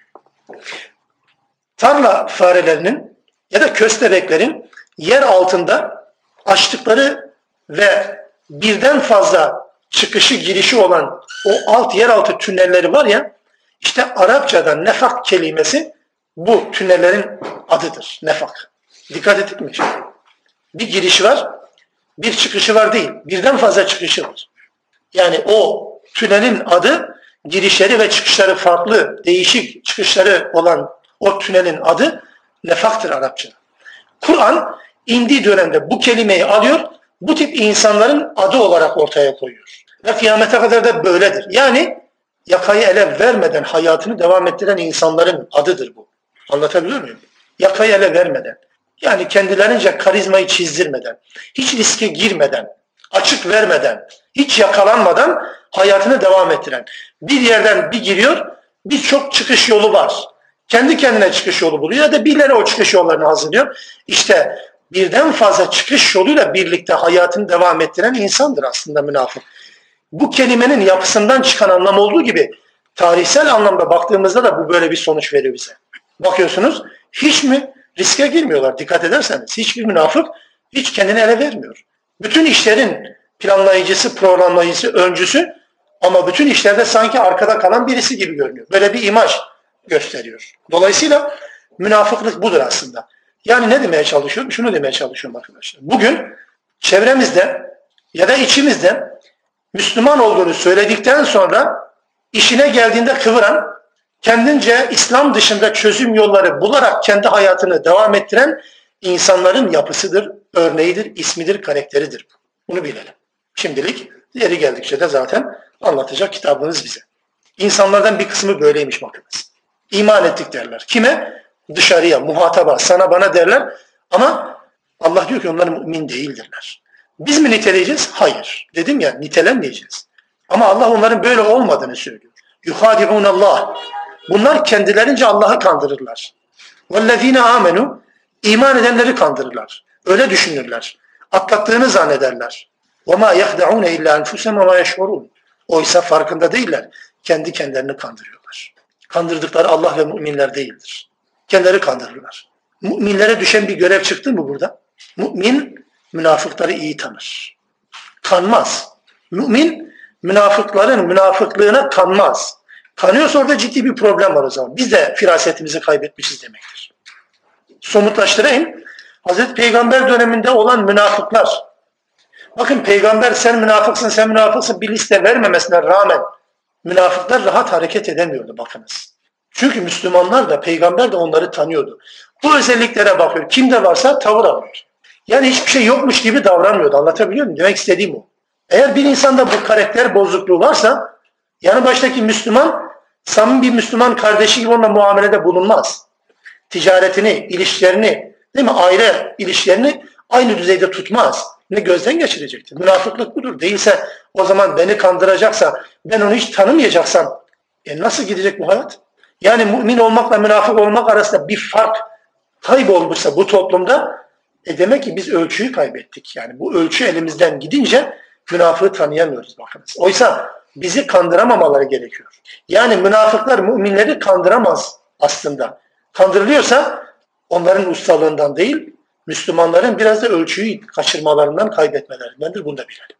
Tarla farelerinin ya da köstebeklerin yer altında açtıkları ve birden fazla çıkışı girişi olan o alt yeraltı tünelleri var ya, işte Arapçada nefak kelimesi bu tünellerin adıdır. Nefak. Dikkat ettik mi? Bir girişi var, bir çıkışı var değil. Birden fazla çıkışı var. Yani o tünelin adı, girişleri ve çıkışları farklı, değişik çıkışları olan o tünelin adı nefaktır Arapçada. Kur'an indiği dönemde bu kelimeyi alıyor, bu tip insanların adı olarak ortaya koyuyor. Ve kıyamete kadar da böyledir. Yani yakayı ele vermeden hayatını devam ettiren insanların adıdır bu. Anlatabiliyor muyum? Yakayı ele vermeden, yani kendilerince karizmayı çizdirmeden, hiç riske girmeden, açık vermeden, hiç yakalanmadan hayatını devam ettiren. Bir yerden bir giriyor, birçok çıkış yolu var. Kendi kendine çıkış yolu buluyor ya da birileri o çıkış yollarını hazırlıyor. İşte birden fazla çıkış yoluyla birlikte hayatını devam ettiren insandır aslında münafık. Bu kelimenin yapısından çıkan anlam olduğu gibi tarihsel anlamda baktığımızda da bu böyle bir sonuç veriyor bize. Bakıyorsunuz, hiç mi riske girmiyorlar dikkat ederseniz. Hiçbir münafık hiç kendini ele vermiyor. Bütün işlerin planlayıcısı, programlayıcısı, öncüsü, ama bütün işlerde sanki arkada kalan birisi gibi görünüyor. Böyle bir imaj gösteriyor. Dolayısıyla münafıklık budur aslında. Yani ne demeye çalışıyorum? Şunu demeye çalışıyorum arkadaşlar. Bugün çevremizde ya da içimizde Müslüman olduğunu söyledikten sonra işine geldiğinde kıvıran, kendince İslam dışında çözüm yolları bularak kendi hayatını devam ettiren insanların yapısıdır, örneğidir, ismidir, karakteridir. Bunu bilelim. Şimdilik yeri geldikçe de zaten anlatacak kitabınız bize. İnsanlardan bir kısmı böyleymiş bakınız. İman ettik derler. Kime? Dışarıya, muhataba, sana bana derler. Ama Allah diyor ki onlar mümin değildirler. Biz mi niteleyeceğiz? Hayır. Dedim ya, nitelenmeyeceğiz. Ama Allah onların böyle olmadığını söylüyor. يُخَادِعُونَ اللّٰهِ Bunlar kendilerince Allah'ı kandırırlar. وَالَّذ۪ينَ آمَنُوا İman edenleri kandırırlar. Öyle düşünürler. Atlattığını zannederler. وَمَا يَخْدَعُونَ اِلَّا اَنْفُسَمْ وَمَا يَشْعُرُونَ Oysa farkında değiller. Kendi kendilerini kandırıyorlar. Kandırdıkları Allah ve müminler değildir. Kendileri kandırırlar. Müminlere düşen bir görev çıktı mı burada? Mümin münafıkları iyi tanır. Kanmaz. Mümin münafıkların münafıklığına kanmaz. Kanıyorsa orada ciddi bir problem var o zaman. Biz de firasetimizi kaybetmişiz demektir. Somutlaştırayım. Hazreti Peygamber döneminde olan münafıklar. Bakın peygamber sen münafıksın, sen münafıksın bir liste vermemesine rağmen münafıklar rahat hareket edemiyordu bakınız. Çünkü Müslümanlar da peygamber de onları tanıyordu. Bu özelliklere bakıyor. Kimde varsa tavır alıyor. Yani hiçbir şey yokmuş gibi davranmıyordu. Anlatabiliyor muyum? Demek istediğim o. Eğer bir insanda bu karakter bozukluğu varsa yanı baştaki Müslüman samimi bir Müslüman kardeşi gibi onunla muamelede bulunmaz. Ticaretini, ilişkilerini, değil mi? Aile ilişkilerini aynı düzeyde tutmaz. Ne gözden geçirecektir. Münafıklık budur. Değilse o zaman beni kandıracaksa, ben onu hiç tanımayacaksam E nasıl gidecek bu hayat? Yani mümin olmakla münafık olmak arasında bir fark kaybolmuşsa bu toplumda, e demek ki biz ölçüyü kaybettik. Yani bu ölçü elimizden gidince münafığı tanıyamıyoruz bakınız. Oysa bizi kandıramamaları gerekiyor. Yani münafıklar müminleri kandıramaz aslında. Kandırılıyorsa onların ustalığından değil, Müslümanların biraz da ölçüyü kaçırmalarından, kaybetmelerindendir. Bunu da bilelim.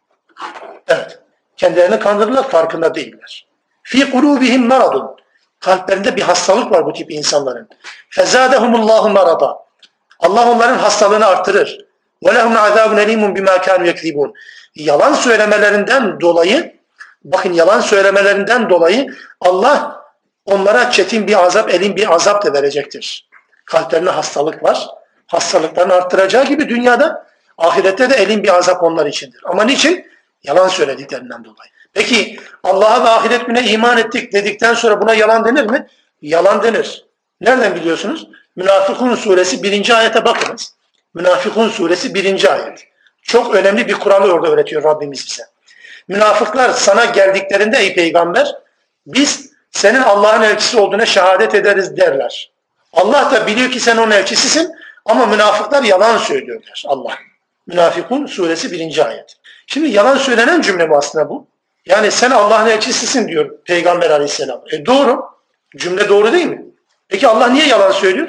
Evet. Kendilerini kandırırlar, farkında değiller. Fi kulubihim maradun. Kalplerinde bir hastalık var bu tip insanların. Fezadehumullahu marada. Allah onların hastalığını artırır. Ve lehum azabun elimun bima kanu yekzibun. Yalan söylemelerinden dolayı, bakın yalan söylemelerinden dolayı Allah onlara çetin bir azap, elin bir azap da verecektir. Kalplerinde hastalık var. Hastalıklarını arttıracağı gibi dünyada, ahirette de elin bir azap onlar içindir. Ama niçin? Yalan söylediklerinden dolayı. Peki Allah'a ve ahiret gününe iman ettik dedikten sonra buna yalan denir mi? Yalan denir. Nereden biliyorsunuz? Münafıkun suresi birinci ayete bakınız. Münafıkun suresi birinci ayet. Çok önemli bir kuralı orada öğretiyor Rabbimiz bize. Münafıklar sana geldiklerinde ey peygamber, biz senin Allah'ın elçisi olduğuna şehadet ederiz derler. Allah da biliyor ki sen onun elçisisin ama münafıklar yalan söylüyorlar. Allah. Münafıkun suresi birinci ayet. Şimdi yalan söylenen cümle bu aslında bu. Yani sen Allah'ın elçisisin diyor Peygamber aleyhisselam. E doğru. Cümle doğru değil mi? Peki Allah niye yalan söylüyor?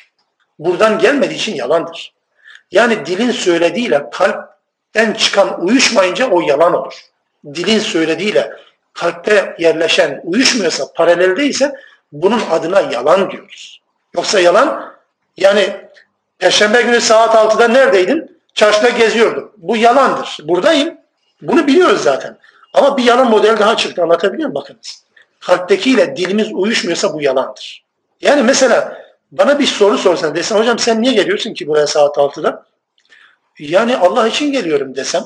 Buradan gelmediği için yalandır. Yani dilin söylediğiyle kalpten çıkan uyuşmayınca o yalan olur. Dilin söylediğiyle kalpte yerleşen uyuşmuyorsa, paraleldeyse bunun adına yalan diyoruz. Yoksa yalan, yani Perşembe günü saat altıda neredeydin? Çarşıda geziyordum. Bu yalandır. Buradayım. Bunu biliyoruz zaten. Ama bir yalan modeli daha çıktı. Anlatabiliyor muyum? Bakınız. Kalptekiyle dilimiz uyuşmuyorsa bu yalandır. Yani mesela bana bir soru sorsan, desen hocam sen niye geliyorsun ki buraya saat altıda? Yani Allah için geliyorum desem.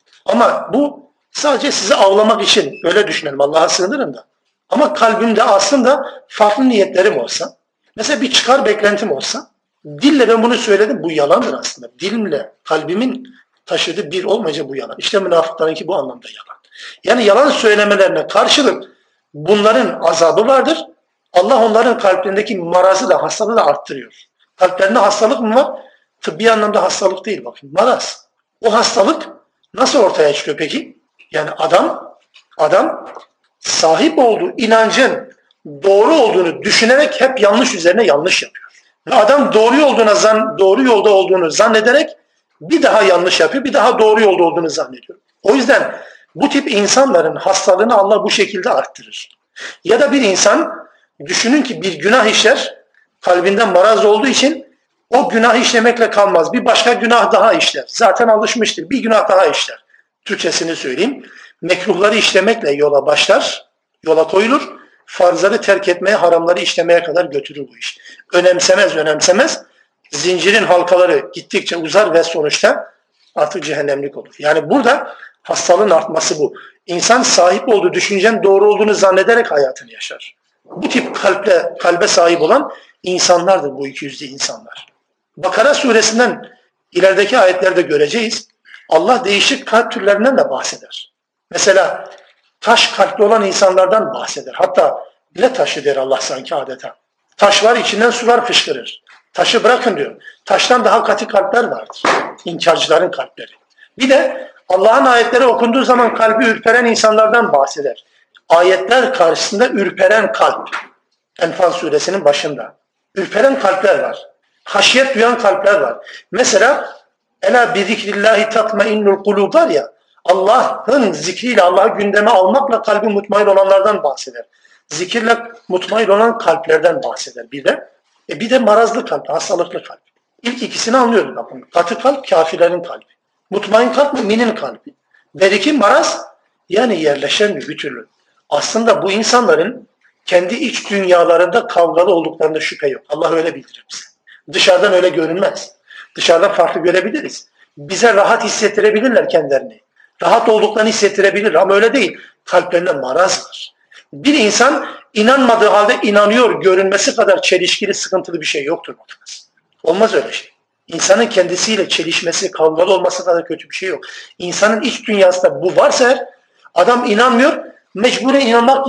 Ama bu sadece sizi avlamak için, öyle düşünelim. Allah'a sığınırım da. Ama kalbimde aslında farklı niyetlerim olsa, mesela bir çıkar beklentim olsa, dille ben bunu söyledim, bu yalandır aslında. Dilimle kalbimin taşıdığı bir olmayınca bu yalan. İşte münafıklarınki bu anlamda yalan. Yani yalan söylemelerine karşılık bunların azabı vardır. Allah onların kalplerindeki marazı da, hastalığı da arttırıyor. Kalplerinde hastalık mı var? Tıbbi anlamda hastalık değil bakın. Maraz. O hastalık nasıl ortaya çıkıyor peki? Yani adam, adam sahip olduğu inancın doğru olduğunu düşünerek hep yanlış üzerine yanlış yapıyor. Ve adam doğru olduğuna zan, doğru yolda olduğunu zannederek bir daha yanlış yapıyor, bir daha doğru yolda olduğunu zannediyor. O yüzden bu tip insanların hastalığını Allah bu şekilde arttırır. Ya da bir insan, düşünün ki bir günah işler, kalbinde maraz olduğu için o günah işlemekle kalmaz. Bir başka günah daha işler. Zaten alışmıştır. Bir günah daha işler. Türkçesini söyleyeyim. Mekruhları işlemekle yola başlar, yola koyulur. Farzları terk etmeye, haramları işlemeye kadar götürür bu iş. Önemsemez, önemsemez. Zincirin halkaları gittikçe uzar ve sonuçta artık cehennemlik olur. Yani burada hastalığın artması bu. İnsan sahip olduğu düşüncenin doğru olduğunu zannederek hayatını yaşar. Bu tip kalple, kalbe sahip olan insanlardır bu iki yüzlü insanlar. Bakara suresinden ilerideki ayetlerde göreceğiz. Allah değişik kalp türlerinden de bahseder. Mesela taş kalpli olan insanlardan bahseder. Hatta bile taşı der Allah sanki adeta. Taş var, içinden sular fışkırır. Taşı bırakın diyor. Taştan daha katı kalpler vardır. İnkarcıların kalpleri. Bir de Allah'ın ayetleri okunduğu zaman kalbi ürperen insanlardan bahseder. Ayetler karşısında ürperen kalp. Enfal suresinin başında. Ürperen kalpler var. Haşyet duyan kalpler var. Mesela Ela bi zikrillahi tatmainnul kulub var ya, Allah'ın zikriyle, Allah'ı gündeme almakla kalbi mutmain olanlardan bahseder. Zikirle mutmain olan kalplerden bahseder bir de. E bir de marazlı kalp, hastalıklı kalp. İlk ikisini anlıyoruz bakın. Katı kalp kafirlerin kalbi. Mutmain kalp müminin kalbi. Beriki maraz, yani yerleşen bir türlü. Aslında bu insanların kendi iç dünyalarında kavgalı olduklarında şüphe yok. Allah öyle bildirir bize. Dışarıdan öyle görünmez. Dışarıdan farklı görebiliriz. Bize rahat hissettirebilirler kendilerini. Rahat olduklarını hissettirebilir ama öyle değil. Kalplerinde maraz var. Bir insan inanmadığı halde inanıyor görünmesi kadar çelişkili, sıkıntılı bir şey yoktur bakınız. Olmaz öyle şey. İnsanın kendisiyle çelişmesi, kavgalı olması kadar kötü bir şey yok. İnsanın iç dünyasında bu varsa eğer, adam inanmıyor, mecburen inanmak gibi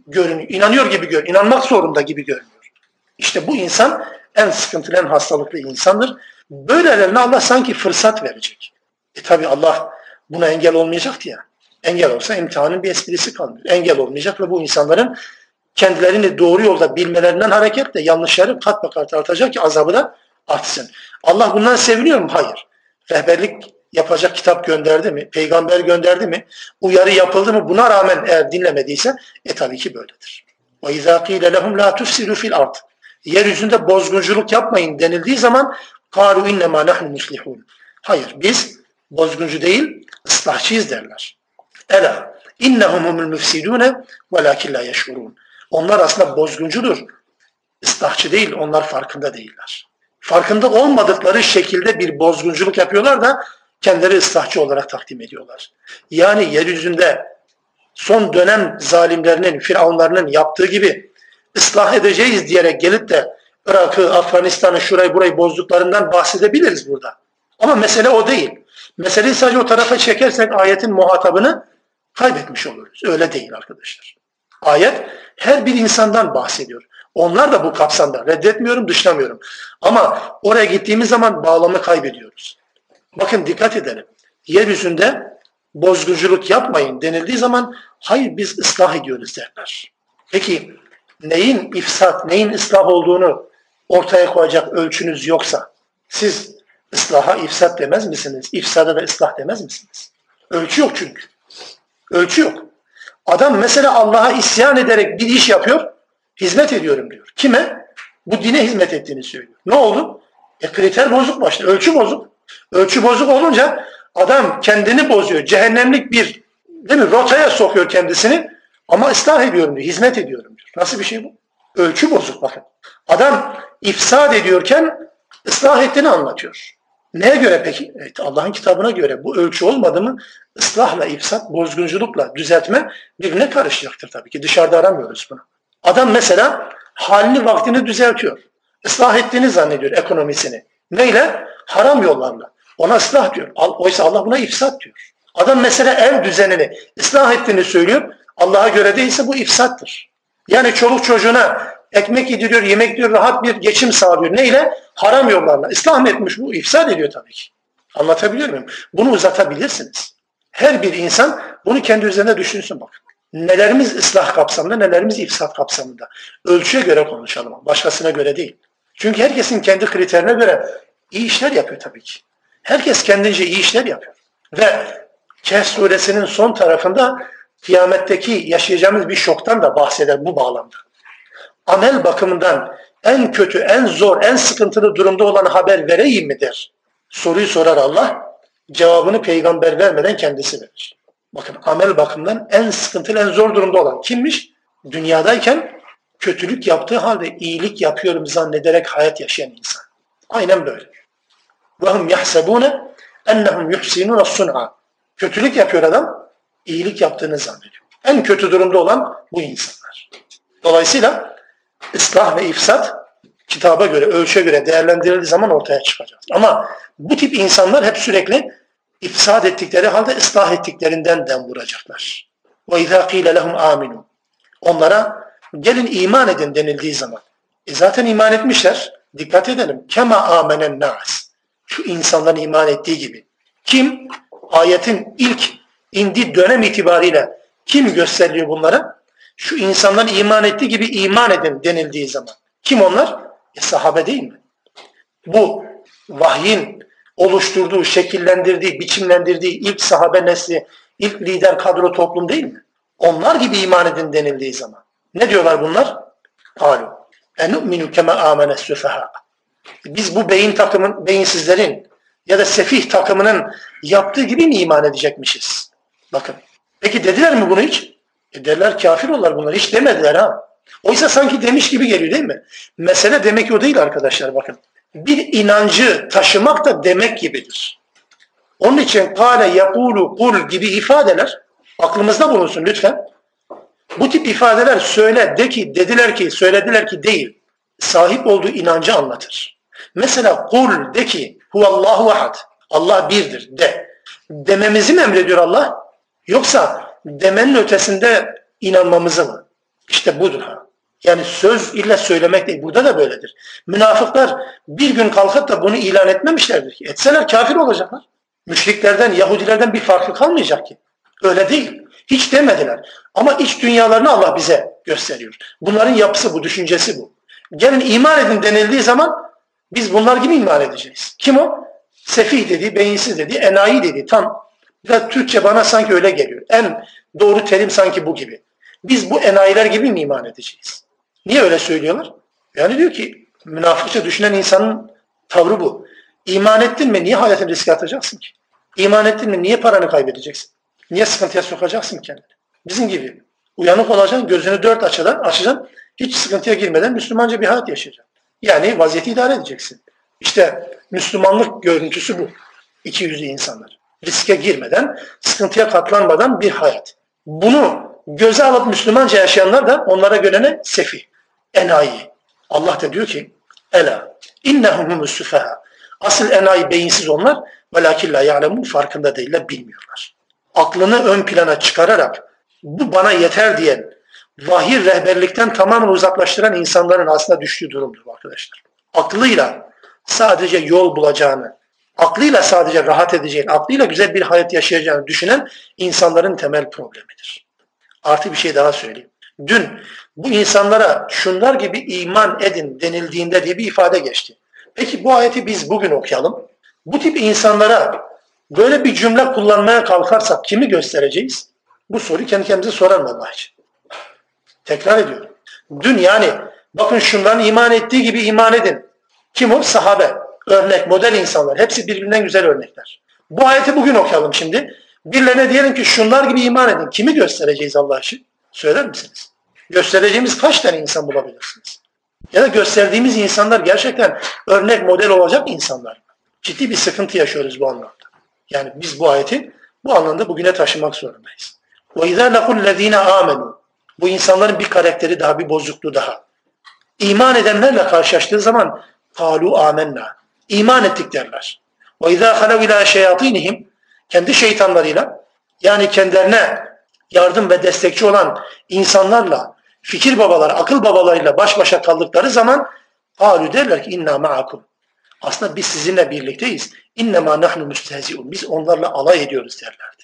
görünüyor. İnanıyor gibi görünüyor. İnanmak zorunda gibi görünüyor. İşte bu insan en sıkıntılı, en hastalıklı insandır. Böylelerine Allah sanki fırsat verecek. E tabi Allah buna engel olmayacaktı ya. Engel olsa imtihanın bir esprisi kalmıyor. Engel olmayacak ve bu insanların kendilerini doğru yolda bilmelerinden hareketle yanlışları kat be kat artacak ki azabı da artsın. Allah bundan seviniyor mu? Hayır. Rehberlik yapacak kitap gönderdi mi? Peygamber gönderdi mi? Uyarı yapıldı mı? Buna rağmen eğer dinlemediyse e tabii ki böyledir. وَاِذَا قِيلَ لَهُمْ لَا تُفْسِدُوا فِي الْاَرْضِ Yeryüzünde bozgunculuk yapmayın denildiği zaman قَالُوا اِنَّمَا نَحْنُ مُسْلِحُونَ Hayır, biz bozguncu değil, ıslahçıyız derler. Ela innehum humul müfsidune velakin la yeşurun. Onlar aslında bozguncudur. Islahçı değil, onlar farkında değiller. Farkında olmadıkları şekilde bir bozgunculuk yapıyorlar da kendileri ıslahçı olarak takdim ediyorlar. Yani yeryüzünde son dönem zalimlerinin, firavunlarının yaptığı gibi ıslah edeceğiz diyerek gelip de Irak'ı, Afganistan'ı, şurayı burayı bozduklarından bahsedebiliriz burada. Ama mesele o değil. Meseleyi sadece o tarafa çekersek ayetin muhatabını kaybetmiş oluruz. Öyle değil arkadaşlar. Ayet her bir insandan bahsediyor. Onlar da bu kapsamda. Reddetmiyorum, dışlamıyorum. Ama oraya gittiğimiz zaman bağlamı kaybediyoruz. Bakın dikkat edelim. Yeryüzünde bozgunculuk yapmayın denildiği zaman hayır biz ıslah ediyoruz derler. Peki neyin ifsat, neyin ıslah olduğunu ortaya koyacak ölçünüz yoksa siz ıslaha ifsat demez misiniz? İfsada da ıslah demez misiniz? Ölçü yok çünkü. Ölçü yok. Adam mesela Allah'a isyan ederek bir iş yapıyor, hizmet ediyorum diyor. Kime? Bu dine hizmet ettiğini söylüyor. Ne oldu? E kriter bozuk başta. Ölçü bozuk. Ölçü bozuk olunca adam kendini bozuyor. Cehennemlik bir değil mi? Rotaya sokuyor kendisini ama ıslah ediyorum diyor. Hizmet ediyorum diyor. Nasıl bir şey bu? Ölçü bozuk bakın. Adam ifsad ediyorken ıslah ettiğini anlatıyor. Neye göre peki? Evet, Allah'ın kitabına göre bu ölçü olmadı mı ıslahla ifsat, bozgunculukla düzeltme birbirine karışacaktır tabii ki. Dışarıda aramıyoruz bunu. Adam mesela halini vaktini düzeltiyor. Islah ettiğini zannediyor ekonomisini. Neyle? Haram yollarla. Ona ıslah diyor. Oysa Allah buna ifsat diyor. Adam mesela ev düzenini ıslah ettiğini söylüyor. Allah'a göre değilse bu ifsattır. Yani çoluk çocuğuna ekmek yediriyor, yemek diyor, rahat bir geçim sağlıyor. Neyle? Haram yollarla. İslam etmiş bu. İfsad ediyor tabii ki. Anlatabiliyor muyum? Bunu uzatabilirsiniz. Her bir insan bunu kendi üzerine düşünsün bak. Nelerimiz ıslah kapsamında, nelerimiz ifsat kapsamında. Ölçüye göre konuşalım. Başkasına göre değil. Çünkü herkesin kendi kriterine göre iyi işler yapıyor tabii ki. Herkes kendince iyi işler yapıyor. Ve Kehf suresinin son tarafında kıyametteki yaşayacağımız bir şoktan da bahseder bu bağlamda. Amel bakımından en kötü, en zor, en sıkıntılı durumda olan haber vereyim mi der. Soruyu sorar Allah, cevabını peygamber vermeden kendisi verir. Bakın amel bakımından en sıkıntılı, en zor durumda olan kimmiş? Dünyadayken kötülük yaptığı halde iyilik yapıyorum zannederek hayat yaşayan insan. Aynen böyle. وَهُمْ يَحْسَبُونَ اَنَّهُمْ يُحْسِنُونَ الصُّنْعَ Kötülük yapıyor adam, iyilik yaptığını zannediyor. En kötü durumda olan bu insanlar. Dolayısıyla ıslah ve ifsat kitaba göre, ölçüye göre değerlendirildiği zaman ortaya çıkacak. Ama bu tip insanlar hep sürekli ifsad ettikleri halde ıslah ettiklerinden dem vuracaklar. وَاِذَا قِيلَ لَهُمْ آمِنُوا Onlara gelin iman edin denildiği zaman. E zaten iman etmişler. Dikkat edelim. كَمَا آمَنَ النَّاسِ Şu insanların iman ettiği gibi. Kim? Ayetin ilk indiği dönem itibariyle kim gösteriliyor bunlara? Şu insanların iman ettiği gibi iman edin denildiği zaman. Kim onlar? E sahabe değil mi? Bu vahyin oluşturduğu, şekillendirdiği, biçimlendirdiği ilk sahabe nesli, ilk lider kadro toplum değil mi? Onlar gibi iman edin denildiği zaman. Ne diyorlar bunlar? قَالُوا اَنُؤْمِنُ كَمَا آمَنَ السُّفَهَا Biz bu beyin takımın, beyinsizlerin ya da sefih takımının yaptığı gibi mi iman edecekmişiz? Bakın. Peki dediler mi bunu hiç? E derler kafir olurlar bunlar. Hiç demediler ha. Oysa sanki demiş gibi geliyor değil mi? Mesele demek o değil arkadaşlar bakın. Bir inancı taşımak da demek gibidir. Onun için kâle yakûlu kul gibi ifadeler aklımızda bulunsun lütfen. Bu tip ifadeler söyle, de ki, dediler ki, söylediler ki değil. Sahip olduğu inancı anlatır. Mesela kul de ki huvallahu ahad. Allah birdir de. Dememizi mi emrediyor Allah? Yoksa demenin ötesinde inanmamızı mı? İşte budur ha. Yani söz illa söylemek değil. Burada da böyledir. Münafıklar bir gün kalkıp da bunu ilan etmemişlerdir ki. Etseler kafir olacaklar. Müşriklerden, Yahudilerden bir farkı kalmayacak ki. Öyle değil. Hiç demediler. Ama iç dünyalarını Allah bize gösteriyor. Bunların yapısı bu, düşüncesi bu. Gelin iman edin denildiği zaman biz bunlar gibi iman edeceğiz. Kim o? Sefih dediği, beyinsiz dediği, enayi dediği. Tam biraz Türkçe bana sanki öyle geliyor. En doğru terim sanki bu gibi. Biz bu enayiler gibi mi iman edeceğiz? Niye öyle söylüyorlar? Yani diyor ki münafıkça düşünen insanın tavrı bu. İman ettin mi niye hayatını riske atacaksın ki? İman ettin mi niye paranı kaybedeceksin? Niye sıkıntıya sokacaksın kendini? Bizim gibi. Uyanık olacaksın, gözünü dört açadan açacaksın, hiç sıkıntıya girmeden Müslümanca bir hayat yaşayacaksın. Yani vaziyeti idare edeceksin. İşte Müslümanlık görüntüsü bu. İki yüzlü insanlar. Riske girmeden, sıkıntıya katlanmadan bir hayat. Bunu göze alıp Müslümanca yaşayanlar da onlara göre ne? Sefih, enayi. Allah da diyor ki, Ela, innehum humus sufaha. Asıl enayi beyinsiz onlar, velakin la ya'lemun, farkında değiller, bilmiyorlar. Aklını ön plana çıkararak, bu bana yeter diyen, vahiy rehberlikten tamamen uzaklaştıran insanların aslında düştüğü durumdur arkadaşlar. Aklıyla sadece yol bulacağını, aklıyla sadece rahat edeceğini, aklıyla güzel bir hayat yaşayacağını düşünen insanların temel problemidir. Artı bir şey daha söyleyeyim. Dün bu insanlara şunlar gibi iman edin denildiğinde diye bir ifade geçti. Peki bu ayeti biz bugün okuyalım. Bu tip insanlara böyle bir cümle kullanmaya kalkarsak kimi göstereceğiz? Bu soruyu kendi kendimize soralım Allah için. Tekrar ediyorum. Dün yani bakın şunların iman ettiği gibi iman edin. Kim o? Sahabe. Örnek, model insanlar. Hepsi birbirinden güzel örnekler. Bu ayeti bugün okuyalım şimdi. Birilerine diyelim ki şunlar gibi iman edin. Kimi göstereceğiz Allah için? Söyler misiniz? Göstereceğimiz kaç tane insan bulabilirsiniz? Ya da gösterdiğimiz insanlar gerçekten örnek, model olacak insanlar mı? Ciddi bir sıkıntı yaşıyoruz bu anlamda. Yani biz bu ayeti bu anlamda bugüne taşımak zorundayız. وَاِذَا لَقُوا الَّذ۪ينَ آمَنُوا. Bu insanların bir karakteri daha, bir bozukluğu daha. İman edenlerle karşılaştığı zaman قَالُوا آمَنَّا. İman ettik derler. وَاِذَا خَلَوْا اِلَى شَيَاطِينِهِمْ. Kendi şeytanlarıyla, yani kendilerine yardım ve destekçi olan insanlarla, fikir babaları, akıl babalarıyla baş başa kaldıkları zaman قَالُوا derler ki اِنَّا مَعَكُمْ. Aslında biz sizinle birlikteyiz. اِنَّمَا نَحْنُ مُسْتَهْزِئُونَ. Biz onlarla alay ediyoruz derlerdi.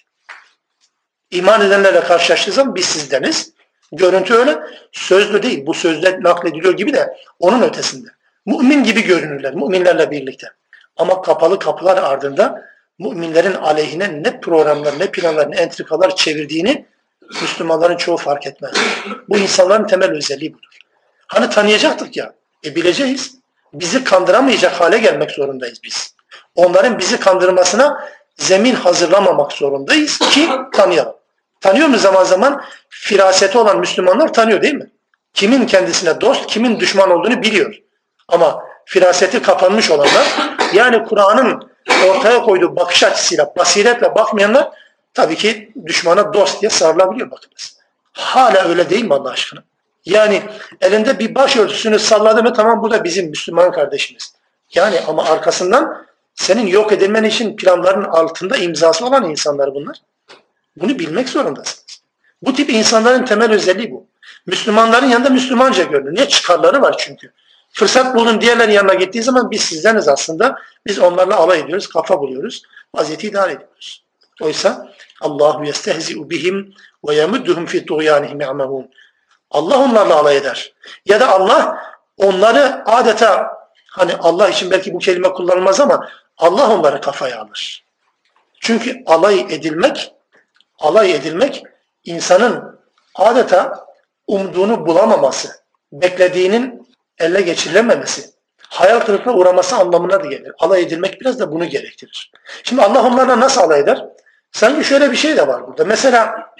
İman edenlerle karşılaştığı zaman biz sizdeniz. Görüntü öyle. Sözlü değil. Bu sözle naklediliyor gibi de onun ötesinde. Mümin gibi görünürler. Müminlerle birlikte. Ama kapalı kapılar ardında müminlerin aleyhine ne programlar, ne planlar, ne entrikalar çevirdiğini Müslümanların çoğu fark etmez. Bu insanların temel özelliği budur. Hani tanıyacaktık ya. E bileceğiz. Bizi kandıramayacak hale gelmek zorundayız biz. Onların bizi kandırmasına zemin hazırlamamak zorundayız ki tanıyalım. Tanıyor mu zaman zaman? Firaseti olan Müslümanlar tanıyor değil mi? Kimin kendisine dost, kimin düşman olduğunu biliyor. Ama firaseti kapanmış olanlar, yani Kur'an'ın ortaya koyduğu bakış açısıyla, basiretle bakmayanlar tabii ki düşmana dost diye sarılabiliyor bakınız. Hala öyle değil mi Allah aşkına? Yani elinde bir başörtüsünü salladı mı tamam bu da bizim Müslüman kardeşimiz. Yani ama arkasından senin yok edilmen için planların altında imzası olan insanlar bunlar. Bunu bilmek zorundasınız. Bu tip insanların temel özelliği bu. Müslümanların yanında Müslümanca görünür. Niye? Çıkarları var çünkü. Fırsat buldun diğerlerin yanına gittiği zaman biz sizdeniz aslında. Biz onlarla alay ediyoruz, kafa buluyoruz. Vaziyeti idare ediyoruz. Oysa Allahu yestehzi'u bihim ve yemudduhum fi tuğyanihim ya'mehun. Allah onlarla alay eder. Ya da Allah onları adeta, hani Allah için belki bu kelime kullanılmaz ama Allah onları kafaya alır. Çünkü alay edilmek, alay edilmek insanın adeta umduğunu bulamaması, beklediğinin elle geçirilememesi, hayal kırıklığına uğraması anlamına da gelir. Alay edilmek biraz da bunu gerektirir. Şimdi Allah onlarla nasıl alay eder? Sanki şöyle bir şey de var burada. Mesela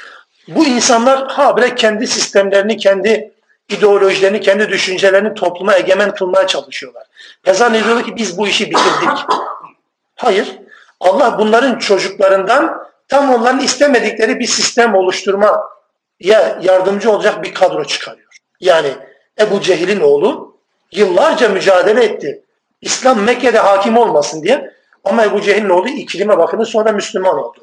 bu insanlar habire kendi sistemlerini, kendi ideolojilerini, kendi düşüncelerini topluma egemen kılmaya çalışıyorlar. Ve zannediyorlar ki biz bu işi bitirdik. Hayır. Allah bunların çocuklarından tam onların istemedikleri bir sistem oluşturmaya yardımcı olacak bir kadro çıkarıyor. Yani Ebu Cehil'in oğlu yıllarca mücadele etti. İslam Mekke'de hakim olmasın diye. Ama Ebu Cehil'in oğlu İkrim'e bakınız sonra Müslüman oldu.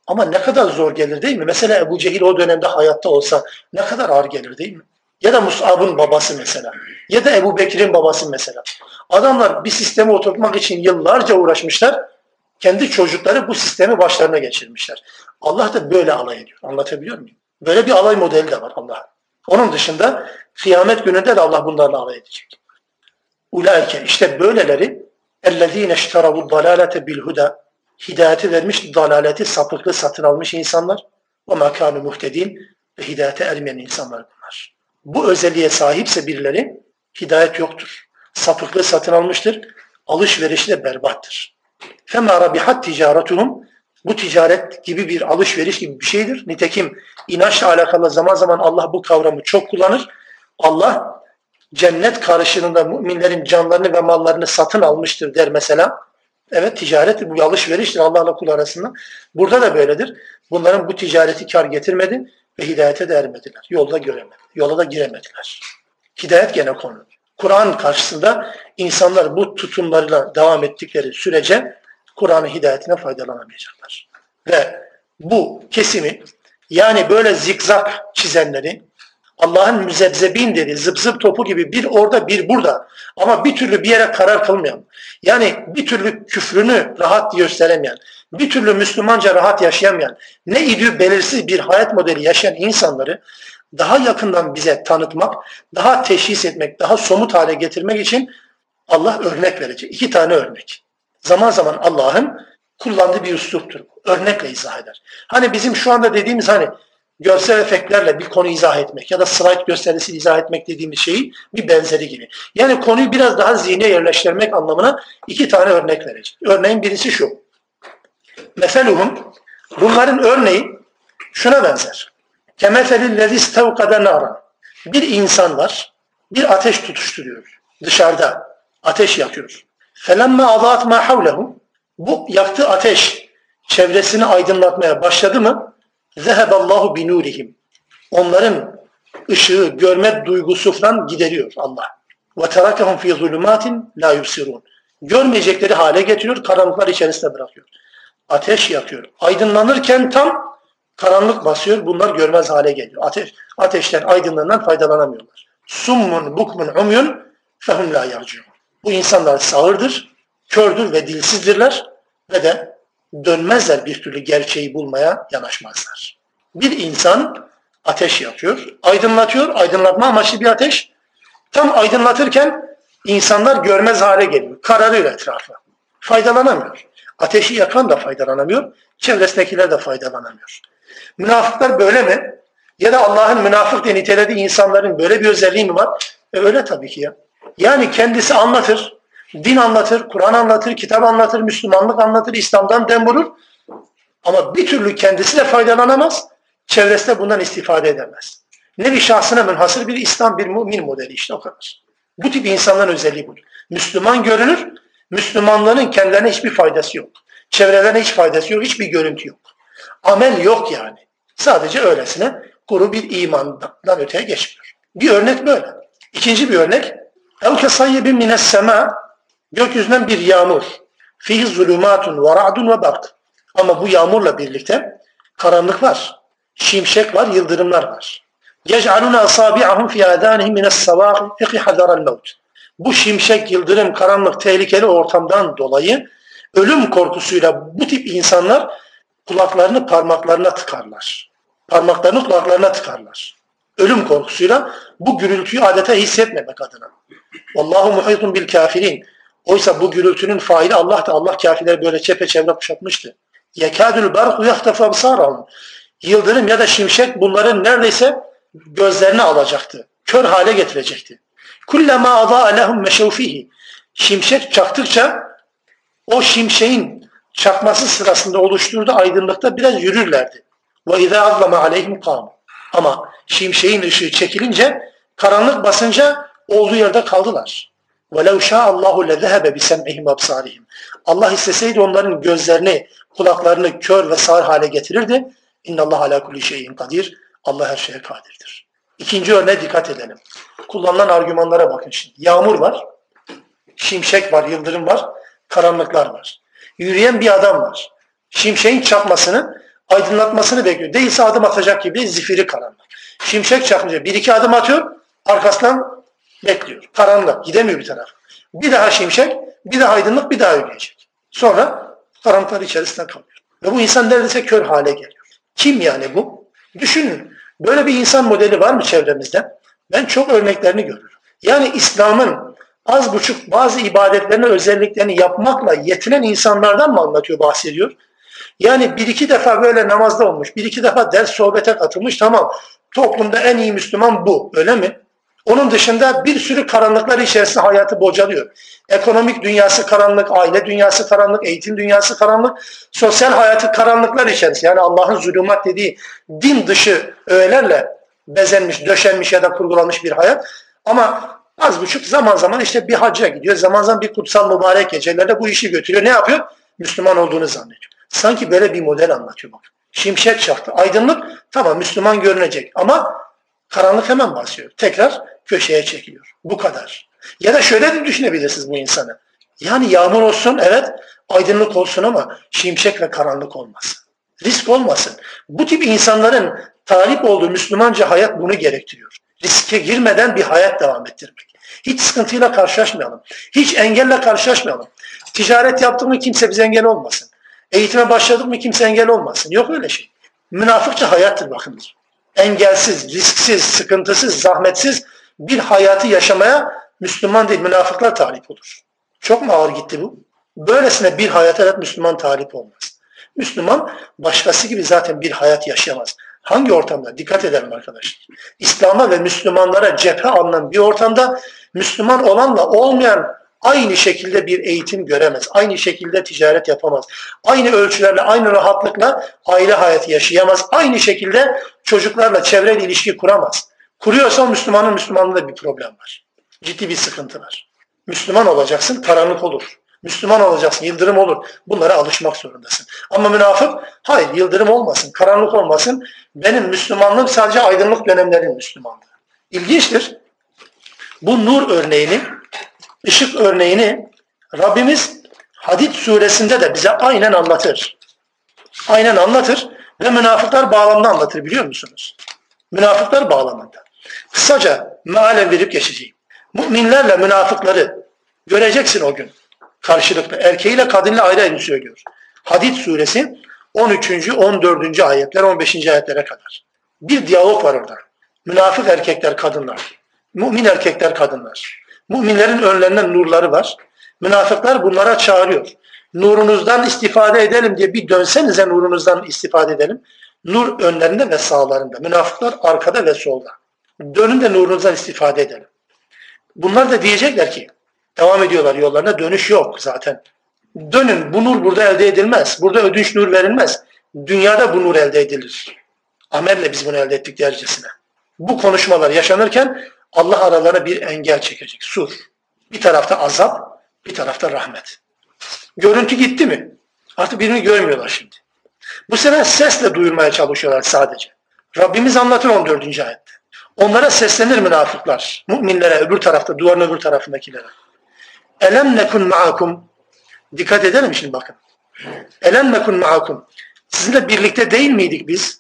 Ama ne kadar zor gelir değil mi? Mesela Ebu Cehil o dönemde hayatta olsa ne kadar ağır gelir değil mi? Ya da Mus'ab'ın babası mesela. Ya da Ebu Bekir'in babası mesela. Adamlar bir sistemi oturtmak için yıllarca uğraşmışlar. Kendi çocukları bu sistemi başlarına geçirmişler. Allah da böyle alay ediyor. Anlatabiliyor muyum? Böyle bir alay modeli de var Allah'ın. Onun dışında kıyamet gününde de Allah bunlarla alay edecek. Ulaike işte böyleleri ellezine işteravu dalalete bil huda hidayeti vermiş, dalaleti sapıklığı satın almış insanlar ve makânu muhtedin ve hidayete ermeyen insanlar bunlar. Bu özelliğe sahipse birileri hidayet yoktur. Sapıklığı satın almıştır. Alışverişi de berbattır. Fema rabihat ticaretuhum bu ticaret gibi bir alışveriş gibi bir şeydir. Nitekim inançla alakalı zaman zaman Allah bu kavramı çok kullanır. Allah cennet karşılığında müminlerin canlarını ve mallarını satın almıştır der mesela. Evet ticaret bu alışveriştir Allah'la kul arasında. Burada da böyledir. Bunların bu ticareti kar getirmedi ve hidayete de ermediler. Yolda göremediler. Yola da giremediler. Hidayet gene konu. Kur'an karşısında insanlar bu tutumlarıyla devam ettikleri sürece Kur'an'ın hidayetine faydalanamayacaklar. Ve bu kesimi yani böyle zikzak çizenleri Allah'ın müzebzebin dediği zıp zıp topu gibi bir orada bir burada ama bir türlü bir yere karar kılmayan yani bir türlü küfrünü rahat gösteremeyen bir türlü Müslümanca rahat yaşayamayan ne idüğü belirsiz bir hayat modeli yaşayan insanları daha yakından bize tanıtmak, daha teşhis etmek, daha somut hale getirmek için Allah örnek verecek. İki tane örnek. Zaman zaman Allah'ın kullandığı bir üsluptur. Örnekle izah eder. Hani bizim şu anda dediğimiz hani görsel efektlerle bir konu izah etmek ya da slide gösterisi izah etmek dediğimiz şeyi bir benzeri gibi. Yani konuyu biraz daha zihne yerleştirmek anlamına iki tane örnek verecek. Örneğin birisi şu. Meseluhum bunların örneği şuna benzer. Kemeselillezî istevkade nâran. Bir insan var, bir ateş tutuşturuyor. Dışarıda ateş yakıyor. Felemme adaat ma havlehu. Bu yaktığı ateş çevresini aydınlatmaya başladı mı? Zeheballahu binurihim. Onların ışığı, görme duygusu falan gideriyor Allah. Ve terakahum fi zulumatin la yubsirun. Görmeyecekleri hale getiriyor, karanlıklar içerisinde bırakıyor. Ateş yakıyor. Aydınlanırken tam karanlık basıyor, bunlar görmez hale geliyor. Ateş, ateşten, aydınlığından faydalanamıyorlar. Summun, bukmun, umyun fehum la yarciun. Bu insanlar sağırdır, kördür ve dilsizdirler ve de dönmezler bir türlü gerçeği bulmaya yanaşmazlar. Bir insan ateş yakıyor, aydınlatıyor, aydınlatma amaçlı bir ateş. Tam aydınlatırken insanlar görmez hale geliyor, kararıyor etrafa. Faydalanamıyor. Ateşi yakan da faydalanamıyor, çevresindekiler de faydalanamıyor. Münafıklar böyle mi? Ya da Allah'ın münafık diye nitelediği insanların böyle bir özelliği mi var? E öyle tabii ki ya. Yani kendisi anlatır, din anlatır, Kur'an anlatır, kitap anlatır, Müslümanlık anlatır, İslam'dan dem vurur. Ama bir türlü kendisi de faydalanamaz, çevresi de bundan istifade edemez. Nevi şahsına münhasır bir İslam, bir mümin modeli işte o kadar. Bu tip insanların özelliği budur. Müslüman görünür, Müslümanlığının kendilerine hiçbir faydası yok. Çevrelerine hiç faydası yok, hiçbir görüntü yok. Amel yok yani. Sadece öylesine kuru bir imandan öteye geçmiyor. Bir örnek böyle. İkinci bir örnek. اَوْ كَصَيِّبٍ مِنَ السَّمَاءِ Gökyüzünden bir yağmur. فِيهِ ظُلُمَاتٌ وَرَعْدٌ وَبَرْقٌ Ama bu yağmurla birlikte karanlık var, şimşek var, yıldırımlar var. يَجْعَلُونَ أَصَابِعَهُمْ فِي آذَانِهِمْ مِنَ السَّوَاقِ فِقِ حَذَرَ الْمَوْتِ Bu şimşek, yıldırım, karanlık, tehlikeli ortamdan dolayı ölüm korkusuyla bu tip insanlar kulaklarını parmaklarına tıkarlar. Parmaklarını kulaklarına tıkarlar. Ölüm korkusuyla bu gürültüyü adeta hissetmemek adına. Vallahu muhitun bil kafirin. Oysa bu gürültünün faili Allah da Allah kafirleri böyle çepeçevre kuşatmıştı. Yekadül barku yahtafu absarahum. Yıldırım ya da şimşek bunların neredeyse gözlerini alacaktı. Kör hale getirecekti. Kullama adaa lehum meşev fihi. Şimşek çaktıkça o şimşeğin çakması sırasında oluşturduğu aydınlıkta biraz yürürlerdi. Ve izâ azlama aleyhim kâmu. Ama şimşeğin ışığı çekilince, karanlık basınca olduğu yerde kaldılar. وَلَوْ شَاءَ اللّٰهُ لَذَهَبَ بِسَمْعِهِمْ وَابْصَارِهِمْ Allah isteseydi onların gözlerini, kulaklarını kör ve sağır hale getirirdi. اِنَّ اللّٰهَ عَلَى كُلِّ شَيْءٍ قَدِيرٌ Allah her şeye kadirdir. İkinci örneğe dikkat edelim. Kullanılan argümanlara bakın şimdi. Yağmur var, şimşek var, yıldırım var, karanlıklar var. Yürüyen bir adam var. Şimşeğin çakmasını aydınlatmasını bekliyor. Değilse adım atacak gibi zifiri karanlık. Şimşek çakınca bir iki adım atıyor, arkasından bekliyor. Karanlık, gidemiyor bir taraf. Bir daha şimşek, bir daha aydınlık, bir daha ödeyecek. Sonra karanlıklar içerisinde kalıyor. Ve bu insan neredeyse kör hale geliyor. Kim yani bu? Düşünün. Böyle bir insan modeli var mı çevremizde? Ben çok örneklerini görüyorum. Yani İslam'ın az buçuk bazı ibadetlerini, özelliklerini yapmakla yetinen insanlardan mı anlatıyor, bahsediyor? Yani bir iki defa böyle namazda olmuş, bir iki defa ders sohbete katılmış, tamam. Toplumda en iyi Müslüman bu, öyle mi? Onun dışında bir sürü karanlıklar içerisinde hayatı bocalıyor. Ekonomik dünyası karanlık, aile dünyası karanlık, eğitim dünyası karanlık, sosyal hayatı karanlıklar içerisinde. Yani Allah'ın zulümat dediği din dışı öğelerle bezenmiş, döşenmiş ya da kurgulanmış bir hayat. Ama az buçuk zaman zaman işte bir hacca gidiyor, zaman zaman bir kutsal mübarek gecelerde bu işi götürüyor. Ne yapıyor? Müslüman olduğunu zannediyor. Sanki böyle bir model anlatıyor bak. Şimşek çaktı, aydınlık, tamam Müslüman görünecek ama karanlık hemen basıyor. Tekrar köşeye çekiliyor. Bu kadar. Ya da şöyle de düşünebilirsiniz bu insanı. Yani yağmur olsun, evet, aydınlık olsun ama şimşek ve karanlık olmasın. Risk olmasın. Bu tip insanların talip olduğu Müslümanca hayat bunu gerektiriyor. Riske girmeden bir hayat devam ettirmek. Hiç sıkıntıyla karşılaşmayalım. Hiç engelle karşılaşmayalım. Ticaret yaptık mı kimse bize engel olmasın. Eğitime başladık mı kimse engel olmasın. Yok öyle şey. Münafıkça hayattır bakınız. Engelsiz, risksiz, sıkıntısız, zahmetsiz bir hayatı yaşamaya Müslüman değil, münafıklar talip olur. Çok mu ağır gitti bu? Böylesine bir hayata evet Müslüman talip olmaz. Müslüman başkası gibi zaten bir hayat yaşayamaz. Hangi ortamda? Dikkat edelim arkadaşlar. İslam'a ve Müslümanlara cephe alınan bir ortamda Müslüman olanla olmayan aynı şekilde bir eğitim göremez. Aynı şekilde ticaret yapamaz. Aynı ölçülerle, aynı rahatlıkla aile hayatı yaşayamaz. Aynı şekilde çocuklarla, çevreyle ilişki kuramaz. Kuruyorsa Müslümanın Müslümanlığında bir problem var. Ciddi bir sıkıntı var. Müslüman olacaksın, karanlık olur. Müslüman olacaksın, yıldırım olur. Bunlara alışmak zorundasın. Ama münafık, hayır yıldırım olmasın, karanlık olmasın. Benim Müslümanlığım sadece aydınlık dönemlerin Müslümanlığı. İlginçtir. Bu nur örneğini, ışık örneğini Rabbimiz Hadid suresinde de bize aynen anlatır. Aynen anlatır ve münafıklar bağlamında anlatır, biliyor musunuz? Münafıklar bağlamında. Kısaca mealen verip geçeceğim. Müminlerle münafıkları göreceksin o gün. Karşılıklı. Erkeğiyle kadınla ayrı ayrı söylüyor. Hadid suresi on üçüncü on dördüncü ayetler, on beşinci ayetlere kadar. Bir diyalog var orada. Münafık erkekler, kadınlar. Mümin erkekler, kadınlar. Müminlerin önlerinde nurları var. Münafıklar bunlara çağırıyor. Nurunuzdan istifade edelim diye bir dönsenize, nurunuzdan istifade edelim. Nur önlerinde ve sağlarında. Münafıklar arkada ve solda. Dönün de nurunuzdan istifade edelim. Bunlar da diyecekler ki, devam ediyorlar yollarına, dönüş yok zaten. Dönün, bu nur burada elde edilmez. Burada ödünç nur verilmez. Dünyada bu nur elde edilir. Amelle biz bunu elde ettik dercesine. Bu konuşmalar yaşanırken Allah aralarına bir engel çekecek. Sur. Bir tarafta azap, bir tarafta rahmet. Görüntü gitti mi? Artık birini görmüyorlar şimdi. Bu sefer sesle duyurmaya çalışıyorlar sadece. Rabbimiz anlatır on dördüncü ayette. Onlara seslenir münafıklar. Müminlere, öbür tarafta, duvarın öbür tarafındakilere. Elem nekun ma'akum. Dikkat edelim şimdi bakın. Elem nekun ma'akum. Sizinle birlikte değil miydik biz?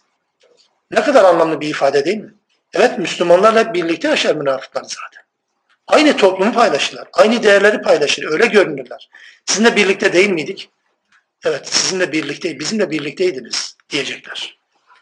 Ne kadar anlamlı bir ifade değil mi? Evet, Müslümanlarla birlikte yaşar münafıklar zaten. Aynı toplumu paylaşırlar. Aynı değerleri paylaşır. Öyle görünürler. Sizinle birlikte değil miydik? Evet, sizinle birlikte, bizimle birlikteydiniz diyecekler.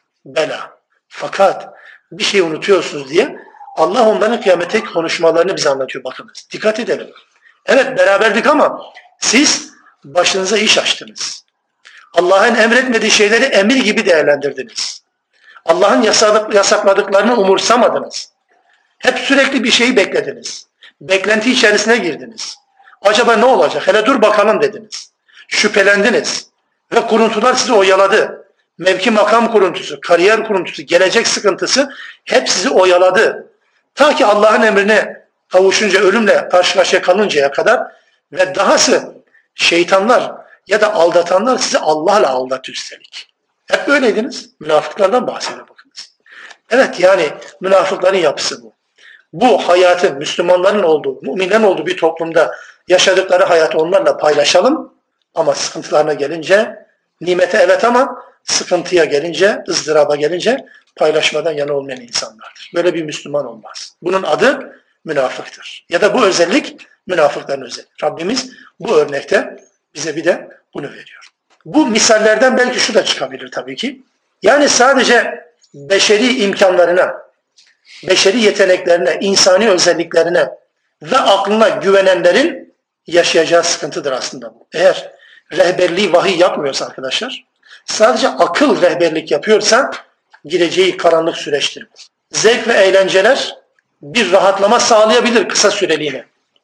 Bela. Fakat bir şey unutuyorsunuz diye Allah onların kıyamete konuşmalarını bize anlatıyor, bakınız. Dikkat edelim. Evet, beraberdik ama siz başınıza iş açtınız. Allah'ın emretmediği şeyleri emir gibi değerlendirdiniz. Allah'ın yasakladıklarını umursamadınız. Hep sürekli bir şeyi beklediniz. Beklenti içerisine girdiniz. Acaba ne olacak? Hele dur bakalım dediniz. Şüphelendiniz. Ve kuruntular sizi oyaladı. Mevki makam kuruntusu, kariyer kuruntusu, gelecek sıkıntısı hep sizi oyaladı. Ta ki Allah'ın emrine kavuşunca, ölümle karşı karşıya kalıncaya kadar ve dahası şeytanlar ya da aldatanlar sizi Allah'la aldatıyor üstelik. Hep böyleydiniz. Münafıklardan bahsediyor bakınız. Evet, yani münafıkların yapısı bu. Bu hayatı Müslümanların olduğu, müminlerin olduğu bir toplumda yaşadıkları hayatı onlarla paylaşalım ama sıkıntılarına gelince nimete evet ama sıkıntıya gelince, ızdıraba gelince paylaşmadan yana olmayan insanlardır. Böyle bir Müslüman olmaz. Bunun adı münafıktır. Ya da bu özellik münafıkların özelliği. Rabbimiz bu örnekte bize bir de bunu veriyor. Bu misallerden belki şu da çıkabilir tabii ki. Yani sadece beşeri imkanlarına, beşeri yeteneklerine, insani özelliklerine ve aklına güvenenlerin yaşayacağı sıkıntıdır aslında bu. Eğer rehberliği vahiy yapmıyorsa arkadaşlar, sadece akıl rehberlik yapıyorsa gireceği karanlık süreçtir bu. Zevk ve eğlenceler bir rahatlama sağlayabilir kısa süreliğine.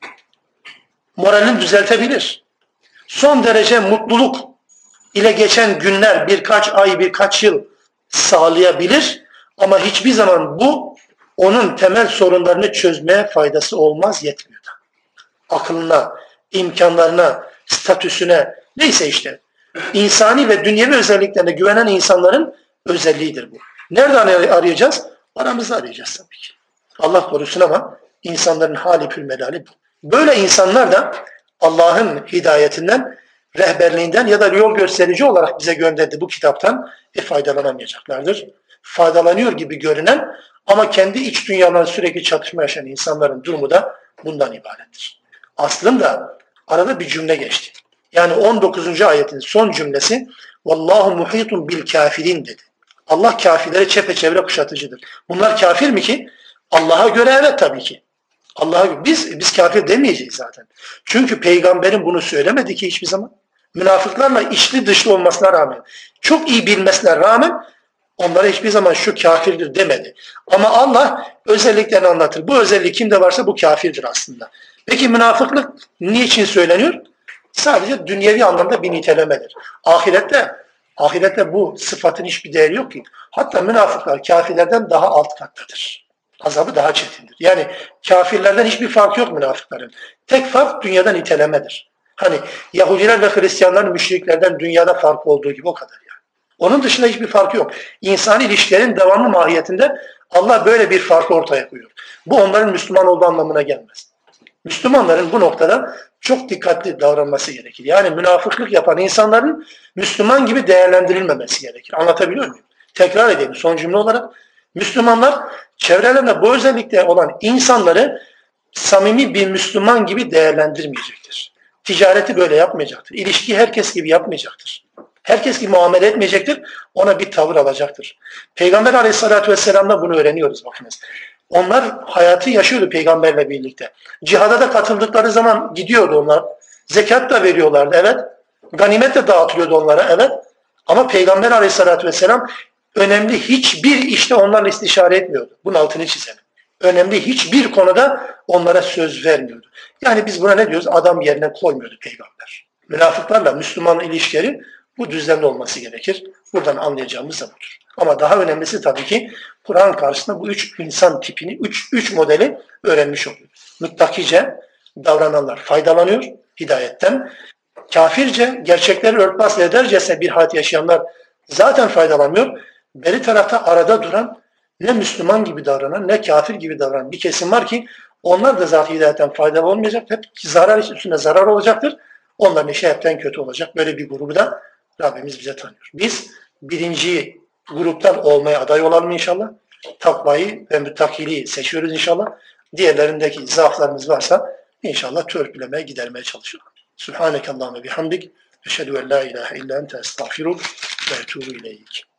Moralini düzeltebilir. Son derece mutluluk ile geçen günler, birkaç ay, birkaç yıl sağlayabilir. Ama hiçbir zaman bu onun temel sorunlarını çözmeye faydası olmaz, yetmiyor da. Aklına, imkanlarına, statüsüne, neyse işte insani ve dünyevi özelliklerine güvenen insanların özelliğidir bu. Nereden arayacağız? Aramızda arayacağız tabii ki. Allah korusun ama insanların hali pülmelali bu. Böyle insanlar da Allah'ın hidayetinden, rehberliğinden ya da yol gösterici olarak bize gönderdiği bu kitaptan e, faydalanamayacaklardır. Faydalanıyor gibi görünen ama kendi iç dünyalarında sürekli çatışma yaşayan insanların durumu da bundan ibarettir. Aslında arada bir cümle geçti. Yani on dokuzuncu ayetin son cümlesi "Vallahu muhitun bil kafirin" dedi. Allah kafirleri çepeçevre kuşatıcıdır. Bunlar kafir mi ki? Allah'a göre evet tabii ki. Allah'a biz biz kafir demeyeceğiz zaten. Çünkü peygamberin bunu söylemedi ki hiçbir zaman. Münafıklarla içli dışlı olmasına rağmen, çok iyi bilmesine rağmen onlara hiçbir zaman şu kafirdir demedi. Ama Allah özelliklerini anlatır. Bu özellik kimde varsa bu kafirdir aslında. Peki münafıklık niçin söyleniyor? Sadece dünyevi anlamda bir nitelemedir. Ahirette, ahirette bu sıfatın hiçbir değeri yok ki. Hatta münafıklar kafirlerden daha alt kattadır. Azabı daha çetindir. Yani kafirlerden hiçbir fark yok münafıkların. Tek fark dünyada nitelemedir. Hani Yahudiler ve Hristiyanların müşriklerden dünyada farkı olduğu gibi o kadar yani. Onun dışında hiçbir farkı yok. İnsan ilişkilerin devamlı mahiyetinde Allah böyle bir farkı ortaya koyuyor. Bu onların Müslüman olduğu anlamına gelmez. Müslümanların bu noktada çok dikkatli davranması gerekir. Yani münafıklık yapan insanların Müslüman gibi değerlendirilmemesi gerekir. Anlatabiliyor muyum? Tekrar edeyim son cümle olarak. Müslümanlar çevrelerinde bu özellikle olan insanları samimi bir Müslüman gibi değerlendirmeyecektir. Ticareti böyle yapmayacaktır. İlişkiyi herkes gibi yapmayacaktır. Herkes gibi muamele etmeyecektir. Ona bir tavır alacaktır. Peygamber Aleyhisselatü Vesselam'da bunu öğreniyoruz bakınız. Onlar hayatı yaşıyordu peygamberle birlikte. Cihada da katıldıkları zaman gidiyordu onlar. Zekat da veriyorlardı, evet. Ganimet de dağıtılıyordu onlara, evet. Ama Peygamber Aleyhisselatü Vesselam önemli hiçbir işte onlarla istişare etmiyordu. Bunun altını çizelim. Önemli hiçbir konuda onlara söz vermiyordu. Yani biz buna ne diyoruz? Adam yerine koymuyordu peygamber. Münafıklarla Müslüman ilişkileri bu düzenli olması gerekir. Buradan anlayacağımız da budur. Ama daha önemlisi tabii ki Kur'an karşısında bu üç insan tipini, üç, üç modeli öğrenmiş oluyor. Muttakice davrananlar faydalanıyor hidayetten. Kafirce, gerçekleri örtbas edercesine bir hayat yaşayanlar zaten faydalanmıyor. Beri tarafta arada duran, ne Müslüman gibi davranan, ne kafir gibi davranan bir kesim var ki onlar da zaten hidayetten faydalı olmayacak. Hep zarar üstünde zarar olacaktır. Onların işi hepten kötü olacak. Böyle bir grubu da Rabbimiz bize tanıyor. Biz birinci gruptan olmaya aday olalım inşallah. Takvayı ve müttakiliği seçiyoruz inşallah. Diğerlerindeki zaaflarımız varsa inşallah törpülemeye, gidermeye çalışıyoruz. Subhanekallahümme bihamdik. Eşhedü en la ilahe illa ente estağfiruk ve etûbü ileyk.